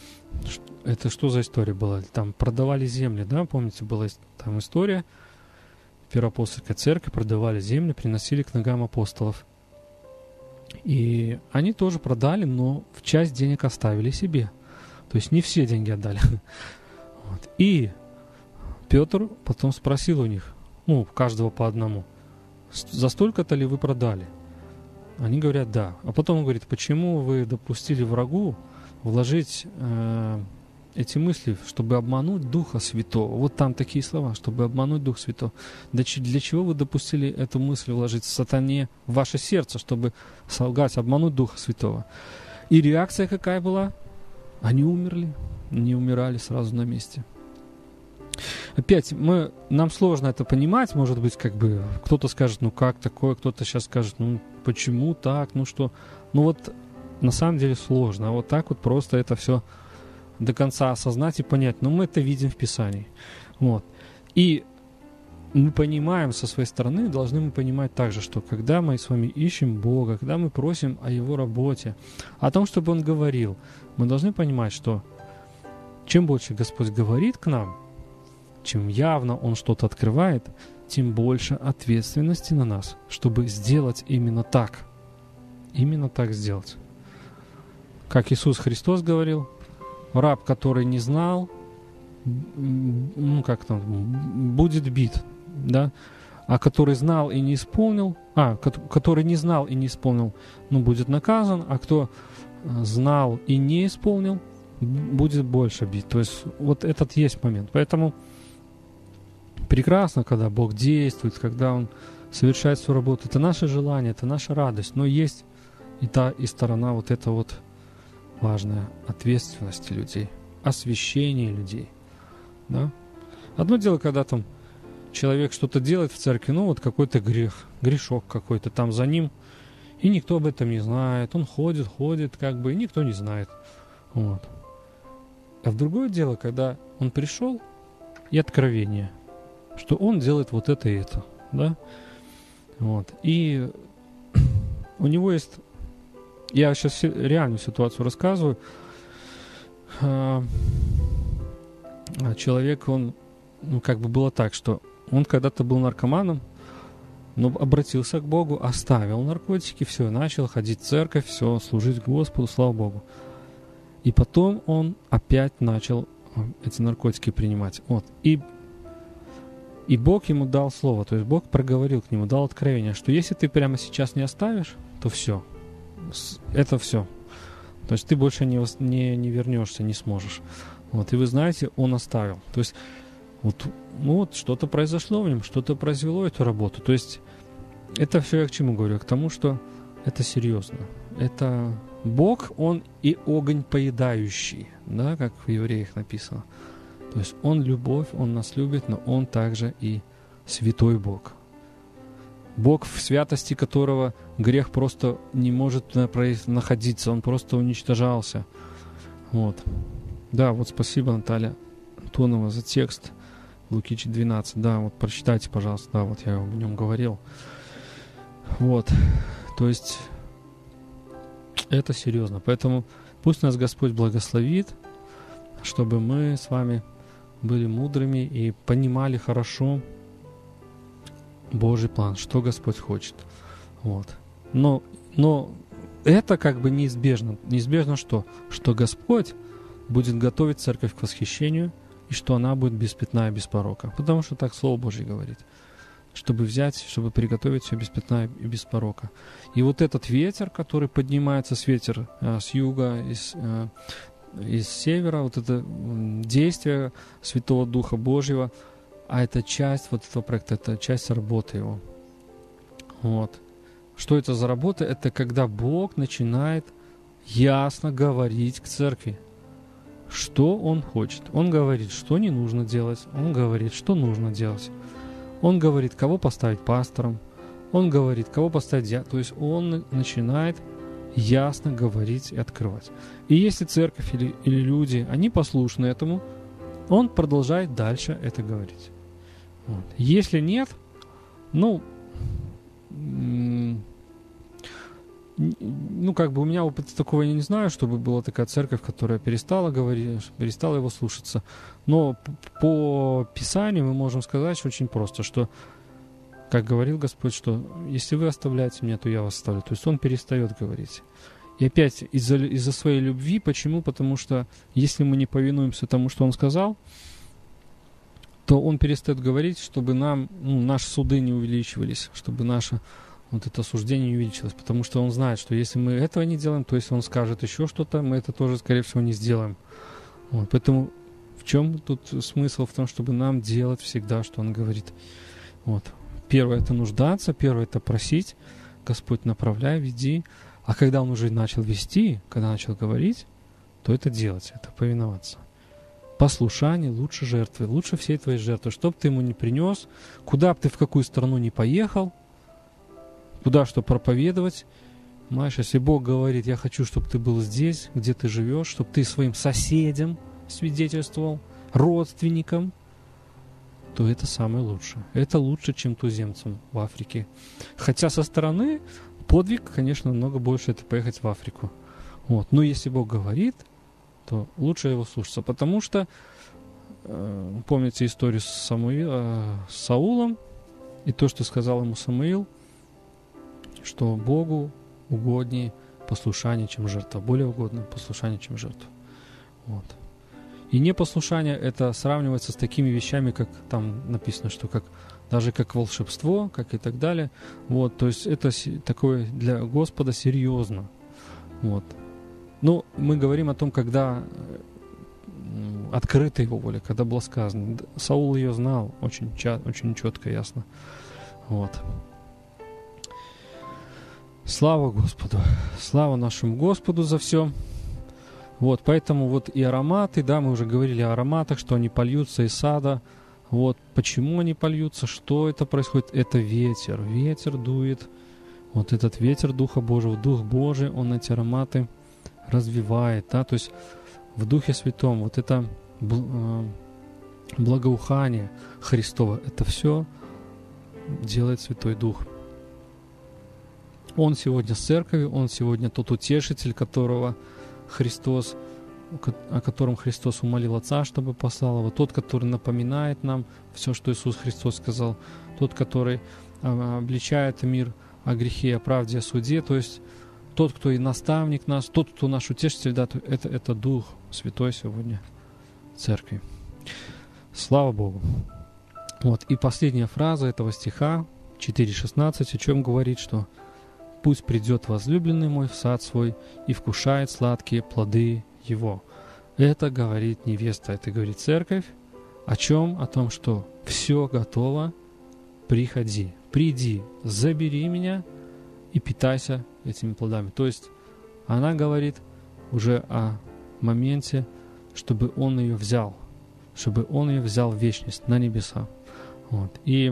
Speaker 1: Это что за история была? Там продавали земли, да, помните, была там история, Первоапостольская церковь, продавали земли, приносили к ногам апостолов. И они тоже продали, но в часть денег оставили себе. То есть не все деньги отдали. Вот. И Петр потом спросил у них, ну, каждого по одному, за столько-то ли вы продали? Они говорят, да. А потом он говорит, почему вы допустили врагу вложить э, эти мысли, чтобы обмануть Духа Святого? Вот там такие слова, чтобы обмануть Дух Святого. Для, для чего вы допустили эту мысль вложить сатане в ваше сердце, чтобы солгать, обмануть Духа Святого? И реакция какая была? Они умерли, не умирали сразу на месте. Опять, мы, нам сложно это понимать, может быть, как бы кто-то скажет, ну как такое, кто-то сейчас скажет, ну почему так, ну что. Ну вот на самом деле сложно, а вот так вот просто это все до конца осознать и понять. Но мы это видим в Писании. Вот. И мы понимаем со своей стороны, должны мы понимать также, что когда мы с вами ищем Бога, когда мы просим о Его работе, о том, чтобы Он говорил, мы должны понимать, что чем больше Господь говорит к нам, чем явно Он что-то открывает, тем больше ответственности на нас, чтобы сделать именно так. Именно так сделать. Как Иисус Христос говорил, раб, который не знал, ну как там, будет бит, да, а который знал и не исполнил, а, который не знал и не исполнил, ну, будет наказан, а кто знал и не исполнил, будет больше бит. То есть вот этот есть момент. Поэтому прекрасно, когда Бог действует, когда Он совершает свою работу. Это наше желание, это наша радость. Но есть и та, и сторона вот эта вот важная ответственности людей, освящение людей. Да? Одно дело, когда там человек что-то делает в церкви, ну вот какой-то грех, грешок какой-то там за ним, и никто об этом не знает. Он ходит, ходит, как бы, и никто не знает. Вот. А в другое дело, когда он пришел, и откровение, что он делает вот это и это, да? Вот. И у него есть... Я сейчас реальную ситуацию рассказываю. Человек, он, ну, как бы было так, что он когда-то был наркоманом, но обратился к Богу, оставил наркотики, все, начал ходить в церковь, все, служить Господу, слава Богу. И потом он опять начал эти наркотики принимать. Вот. И, и Бог ему дал слово, то есть Бог проговорил к нему, дал откровение, что если ты прямо сейчас не оставишь, то все. Это все. То есть ты больше не, не, не вернешься, не сможешь. Вот. И вы знаете, он оставил. То есть вот, ну вот что-то произошло в нем, что-то произвело эту работу. То есть это все я к чему говорю? К тому, что это серьезно. Это Бог, Он и огонь поедающий, да, как в Евреях написано. То есть Он любовь, Он нас любит, но Он также и святой Бог. Бог, в святости которого грех просто не может находиться, он просто уничтожался. Вот. Да, вот спасибо, Наталья Антонова, за текст Луки двенадцать. Да, вот прочитайте, пожалуйста. Да, вот я о нем говорил. Вот. То есть это серьезно. Поэтому пусть нас Господь благословит, чтобы мы с вами были мудрыми и понимали хорошо Божий план, что Господь хочет. Вот. Но, но это как бы неизбежно. Неизбежно что? Что Господь будет готовить церковь к восхищению, и что она будет без пятна и без порока. Потому что так Слово Божье говорит. Чтобы взять, чтобы приготовить все без пятна и без порока. И вот этот ветер, который поднимается с ветер э, с юга, из, э, из севера, вот это действие Святого Духа Божьего, а это часть вот этого проекта, это часть работы его. Вот. Что это за работа? Это когда Бог начинает ясно говорить к церкви, что Он хочет. Он говорит, что не нужно делать. Он говорит, что нужно делать. Он говорит, кого поставить пастором. Он говорит, кого поставить... Я... То есть Он начинает ясно говорить и открывать. И если церковь или, или люди, они послушны этому, Он продолжает дальше это говорить. Вот. Если нет, ну, ну, как бы у меня опыта такого я не знаю, чтобы была такая церковь, которая перестала говорить, перестала его слушаться. Но по Писанию мы можем сказать очень просто, что, как говорил Господь, что если вы оставляете меня, то я вас оставлю. То есть Он перестает говорить. И опять из-за, из-за своей любви. Почему? Потому что если мы не повинуемся тому, что Он сказал, то Он перестает говорить, чтобы нам, ну, наши суды не увеличивались, чтобы наше вот это осуждение не увеличилось. Потому что Он знает, что если мы этого не делаем, то если Он скажет еще что-то, мы это тоже, скорее всего, не сделаем. Вот. Поэтому в чем тут смысл? В том, чтобы нам делать всегда, что Он говорит. Вот. Первое — это нуждаться, первое — это просить. Господь, направляй, веди. А когда он уже начал вести, когда начал говорить, то это делать, это повиноваться. Послушание лучше жертвы, лучше всей твоей жертвы. Что бы ты ему не принес, куда бы ты в какую страну не поехал, куда что проповедовать. Знаешь, если Бог говорит, я хочу, чтобы ты был здесь, где ты живешь, чтобы ты своим соседям свидетельствовал, родственникам, то это самое лучшее. Это лучше, чем туземцам в Африке. Хотя со стороны подвиг, конечно, намного больше это поехать в Африку. Вот. Но если Бог говорит, то лучше его слушаться. Потому что, э, помните историю с, Самуил, э, с Саулом, и то, что сказал ему Самуил, что Богу угоднее послушание, чем жертва. Более угодно послушание, чем жертва. Вот. И непослушание это сравнивается с такими вещами, как там написано, что как даже как волшебство, как и так далее. Вот, то есть это такое для Господа серьезно. Вот. Ну, мы говорим о том, когда открыта его воля, когда было сказано. Саул ее знал очень, очень четко, ясно. Вот. Слава Господу, слава нашему Господу за все. Вот, поэтому вот и ароматы, да, мы уже говорили о ароматах, что они польются из сада. Вот, почему они польются, что это происходит? Это ветер, ветер дует. Вот этот ветер Духа Божьего, Дух Божий, он эти ароматы развивает, да, то есть в Духе Святом вот это благоухание Христово, это все делает Святой Дух. Он сегодня с церковью, он сегодня тот утешитель, которого Христос, о котором Христос умолил Отца, чтобы послал его, тот, который напоминает нам все, что Иисус Христос сказал, тот, который обличает мир о грехе, о правде, о суде, то есть тот, кто и наставник нас, тот, кто наш утешитель, да, это, это Дух Святой сегодня Церкви. Слава Богу. Вот, и последняя фраза этого стиха, четыре шестнадцать, о чем говорит, что «Пусть придет возлюбленный мой в сад свой и вкушает сладкие плоды его». Это говорит невеста, это говорит Церковь. О чем? О том, что все готово, приходи, приди, забери меня и питайся этими плодами. То есть она говорит уже о моменте, чтобы он ее взял, чтобы он ее взял в вечность, на небеса. Вот. И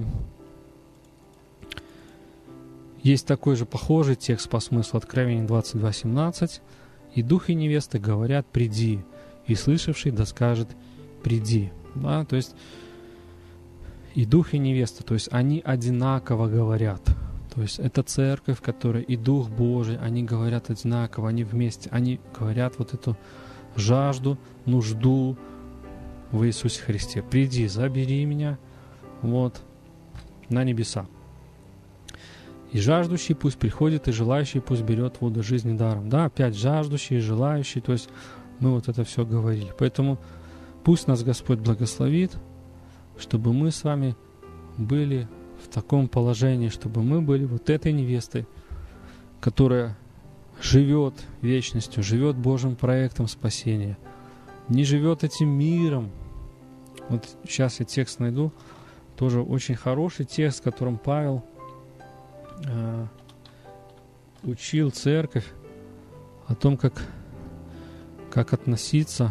Speaker 1: есть такой же похожий текст по смыслу Откровения двадцать два семнадцать. «И дух и невесты говорят, приди, и слышавший да скажет, приди». Да? То есть и дух и невеста, то есть они одинаково говорят. То есть это церковь, которая и Дух Божий, они говорят одинаково, они вместе, они говорят вот эту жажду, нужду в Иисусе Христе. Приди, забери меня вот на небеса. И жаждущий пусть приходит, и желающий пусть берет воду жизни даром. Да, опять жаждущий, желающий, то есть мы вот это все говорили. Поэтому пусть нас Господь благословит, чтобы мы с вами были в таком положении, чтобы мы были вот этой невестой, которая живет вечностью, живет Божьим проектом спасения, не живет этим миром. Вот сейчас я текст найду, тоже очень хороший текст, которым Павел э, учил церковь о том, как, как относиться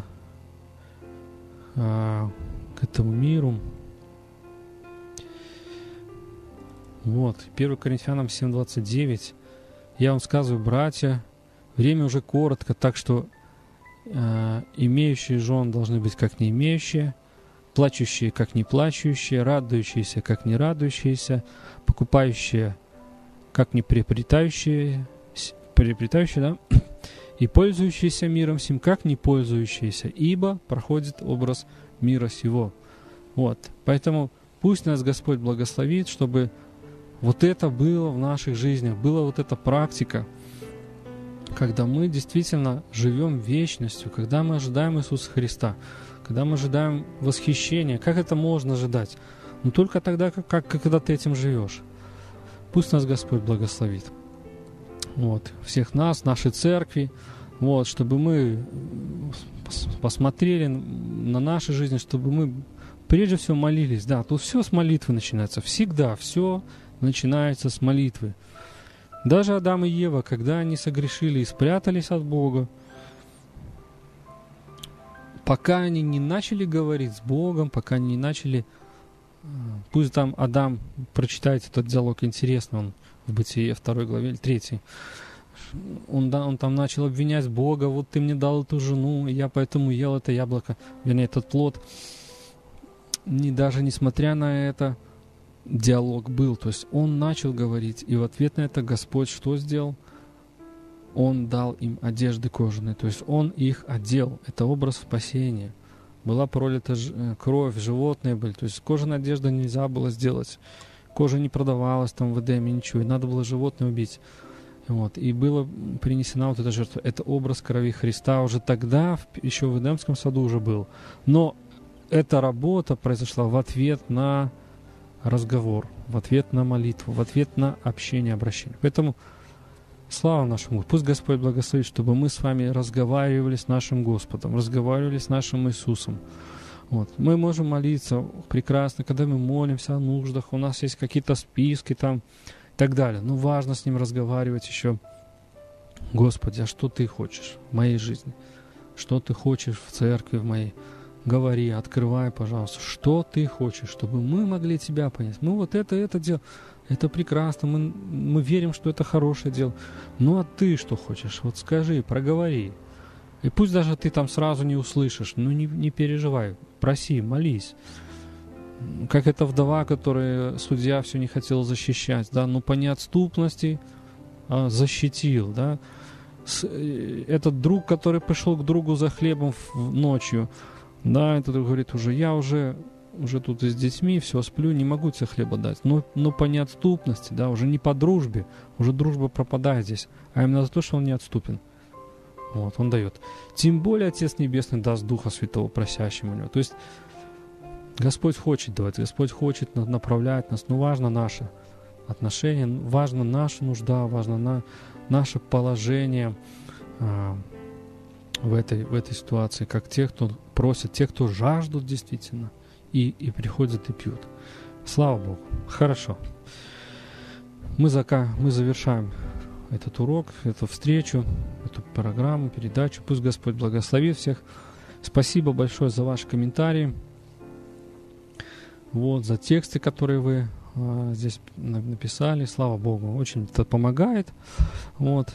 Speaker 1: э, к этому миру. Вот, первое Коринфянам семь двадцать девять. «Я вам сказываю, братья, время уже коротко, так что э, имеющие жен должны быть как не имеющие, плачущие как не плачущие, радующиеся как не радующиеся, покупающие как не приобретающие, приобретающие, да, и пользующиеся миром сим как не пользующиеся, ибо проходит образ мира сего». Вот, поэтому пусть нас Господь благословит, чтобы вот это было в наших жизнях, была вот эта практика, когда мы действительно живем вечностью, когда мы ожидаем Иисуса Христа, когда мы ожидаем восхищения. Как это можно ожидать? Ну, только тогда, как, как, когда ты этим живешь. Пусть нас Господь благословит. Вот, всех нас, нашей церкви, вот, чтобы мы посмотрели на наши жизни, чтобы мы прежде всего молились. Да, тут все с молитвы начинается. Всегда все начинается с молитвы. Даже Адам и Ева, когда они согрешили и спрятались от Бога, пока они не начали говорить с Богом, пока они не начали... Пусть там Адам, прочитайте этот диалог, интересно, он в Бытие второй главе, или третьей. Он, да, он там начал обвинять Бога, вот ты мне дал эту жену, и я поэтому ел это яблоко, вернее, этот плод. И даже несмотря на это, диалог был. То есть он начал говорить, и в ответ на это Господь что сделал? Он дал им одежды кожаные, то есть он их одел. Это образ спасения. Была пролита ж- кровь, животные были. То есть кожаная одежда нельзя было сделать. Кожа не продавалась там в Эдеме, ничего. И надо было животное убить. Вот. И была принесена вот эта жертва. Это образ крови Христа. Уже тогда, еще в Эдемском саду уже был. Но эта работа произошла в ответ на разговор, в ответ на молитву, в ответ на общение, обращение. Поэтому слава нашему. Пусть Господь благословит, чтобы мы с вами разговаривали с нашим Господом, разговаривали с нашим Иисусом. Вот. Мы можем молиться прекрасно, когда мы молимся о нуждах, у нас есть какие-то списки там и так далее. Но важно с Ним разговаривать еще. Господи, а что Ты хочешь в моей жизни? Что Ты хочешь в церкви в моей? Говори, открывай, пожалуйста, что Ты хочешь, чтобы мы могли Тебя понять. Мы вот это, это делаем. Это прекрасно, мы, мы верим, что это хорошее дело. Ну а ты что хочешь? Вот скажи, проговори. И пусть даже ты там сразу не услышишь, ну не, не переживай, проси, молись. Как эта вдова, которую судья все не хотел защищать, да, ну по неотступности а, защитил, да. С, этот друг, который пришел к другу за хлебом в, ночью, да, этот говорит уже, я уже... уже тут и с детьми, все, сплю, не могу тебе хлеба дать. Но, но по неотступности, да, уже не по дружбе, уже дружба пропадает здесь, а именно за то, что он неотступен. Вот, он дает. Тем более Отец Небесный даст Духа Святого просящему у него. То есть Господь хочет давать, Господь хочет направлять нас, но важно наше отношение, важна наша нужда, важно на, наше положение а, в, этой, в этой ситуации, как те, кто просит, те, кто жаждут действительно, И, и приходят и пьют. Слава Богу. Хорошо. Мы, зака, мы завершаем этот урок, эту встречу, эту программу, передачу. Пусть Господь благословит всех. Спасибо большое за ваши комментарии. Вот, за тексты, которые вы а, здесь написали. Слава Богу. Очень это помогает. Вот.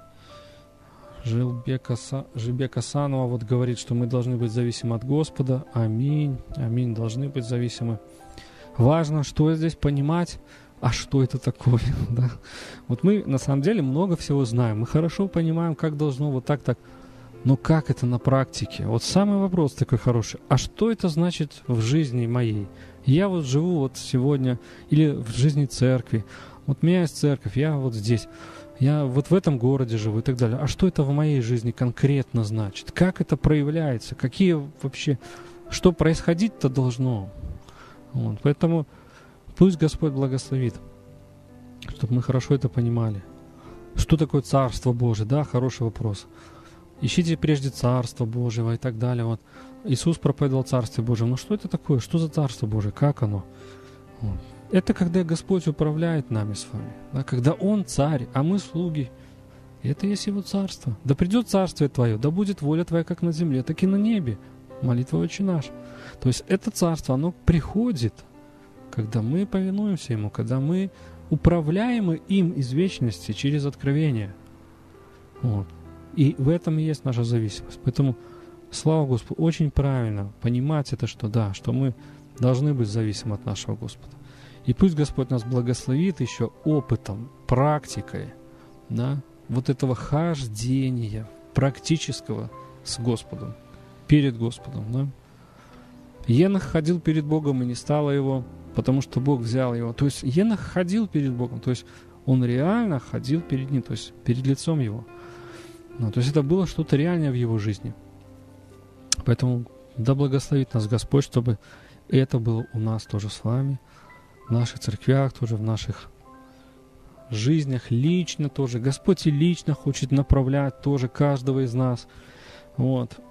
Speaker 1: Жилбек, Аса, Жилбек Асанова вот говорит, что мы должны быть зависимы от Господа. Аминь. Аминь. Должны быть зависимы. Важно, что здесь понимать, а что это такое. Да? Вот мы на самом деле много всего знаем. Мы хорошо понимаем, как должно вот так-так. Но как это на практике? Вот самый вопрос такой хороший. А что это значит в жизни моей? Я вот живу вот сегодня или в жизни церкви. Вот у меня есть церковь, я вот здесь. Я вот в этом городе живу и так далее. А что это в моей жизни конкретно значит? Как это проявляется? Какие вообще... Что происходить-то должно? Вот. Поэтому пусть Господь благословит, чтобы мы хорошо это понимали. Что такое Царство Божие? Да, хороший вопрос. Ищите прежде Царство Божьего и так далее. Вот. Иисус проповедовал Царствие Божие. Но что это такое? Что за Царство Божие? Как оно? Вот. Это когда Господь управляет нами с вами, да, когда Он царь, а мы слуги. И это есть Его царство. Да придет царствие Твое, да будет воля Твоя как на земле, так и на небе. Молитва Отче наш. То есть это царство, оно приходит, когда мы повинуемся Ему, когда мы управляемы им из вечности через откровение. Вот. И в этом и есть наша зависимость. Поэтому, слава Господу, очень правильно понимать это, что да, что мы должны быть зависимы от нашего Господа. И пусть Господь нас благословит еще опытом, практикой, да, вот этого хождения практического с Господом, перед Господом. Да. Енох ходил перед Богом, и не стало его, потому что Бог взял его. То есть Енох ходил перед Богом, то есть он реально ходил перед Ним, то есть перед лицом Его. Ну, то есть это было что-то реальное в его жизни. Поэтому да благословит нас Господь, чтобы это было у нас тоже с вами, в наших церквях, тоже в наших жизнях, лично тоже. Господь и лично хочет направлять тоже каждого из нас. Вот.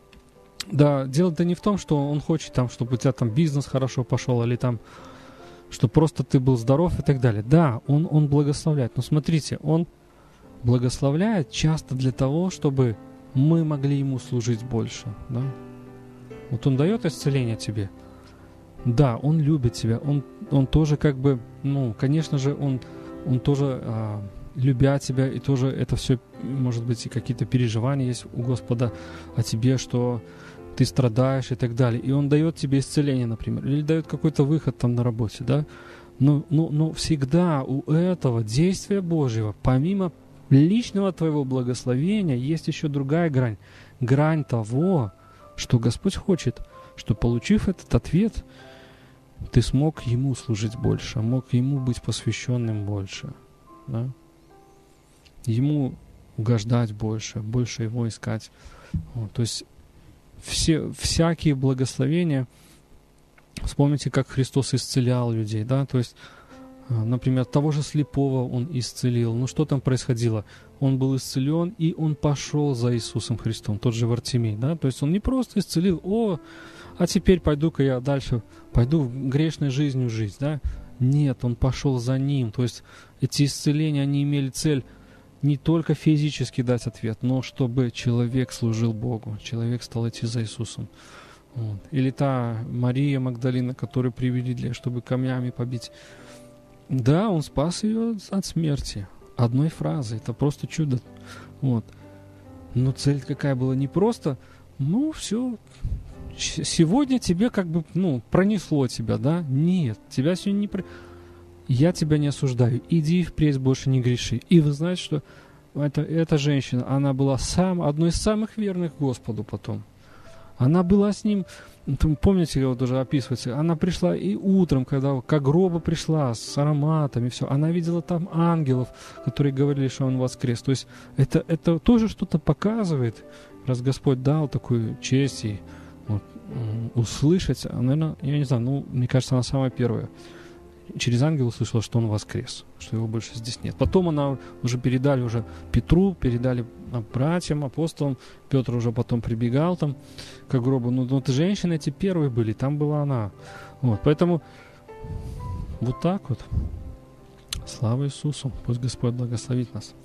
Speaker 1: Да, дело-то не в том, что Он хочет, там, чтобы у тебя там бизнес хорошо пошел, или там что просто ты был здоров и так далее. Да, Он, он благословляет. Но смотрите, Он благословляет часто для того, чтобы мы могли Ему служить больше. Да? Вот Он дает исцеление тебе. Да, Он любит тебя. Он, он тоже как бы, ну, конечно же, Он, он тоже, а, любя тебя, и тоже это все, может быть, и какие-то переживания есть у Господа о тебе, что ты страдаешь и так далее. И Он дает тебе исцеление, например, или дает какой-то выход там на работе, да. Но, но, но всегда у этого действия Божьего, помимо личного твоего благословения, есть еще другая грань. Грань того, что Господь хочет, что, получив этот ответ, ты смог Ему служить больше, мог Ему быть посвященным больше, да? Ему угождать больше, больше Его искать. Вот, то есть все, всякие благословения, вспомните, как Христос исцелял людей, да, то есть, например, того же слепого Он исцелил. Ну что там происходило? Он был исцелен, и он пошел за Иисусом Христом, тот же Вартимей, да, то есть он не просто исцелил, о, а теперь пойду-ка я дальше, пойду грешной жизнью жить, да. Нет, он пошел за Ним, то есть эти исцеления, они имели цель не только физически дать ответ, но чтобы человек служил Богу, человек стал идти за Иисусом. Вот. Или та Мария Магдалина, которую привели для, чтобы камнями побить. Да, он спас ее от смерти. Одной фразой. Это просто чудо. Вот. Но цель какая была? Не просто, ну, все, сегодня тебе как бы, ну, пронесло тебя, да? Нет, тебя сегодня не... Про... Я тебя не осуждаю. Иди впредь, больше не греши. И вы знаете, что это, эта женщина, она была сам, одной из самых верных Господу потом. Она была с Ним, помните, вот уже описывается, она пришла и утром, когда к гробу пришла с ароматами, все, она видела там ангелов, которые говорили, что Он воскрес. То есть это, это тоже что-то показывает, раз Господь дал такую честь и вот, услышать, наверное, я не знаю, ну, мне кажется, она самая первая. Через ангела услышала, что Он воскрес, что Его больше здесь нет. Потом она уже передали уже Петру, передали братьям, апостолам. Петр уже потом прибегал там к гробу. Ну, вот женщины эти первые были, там была она. Вот, поэтому вот так вот. Слава Иисусу. Пусть Господь благословит нас.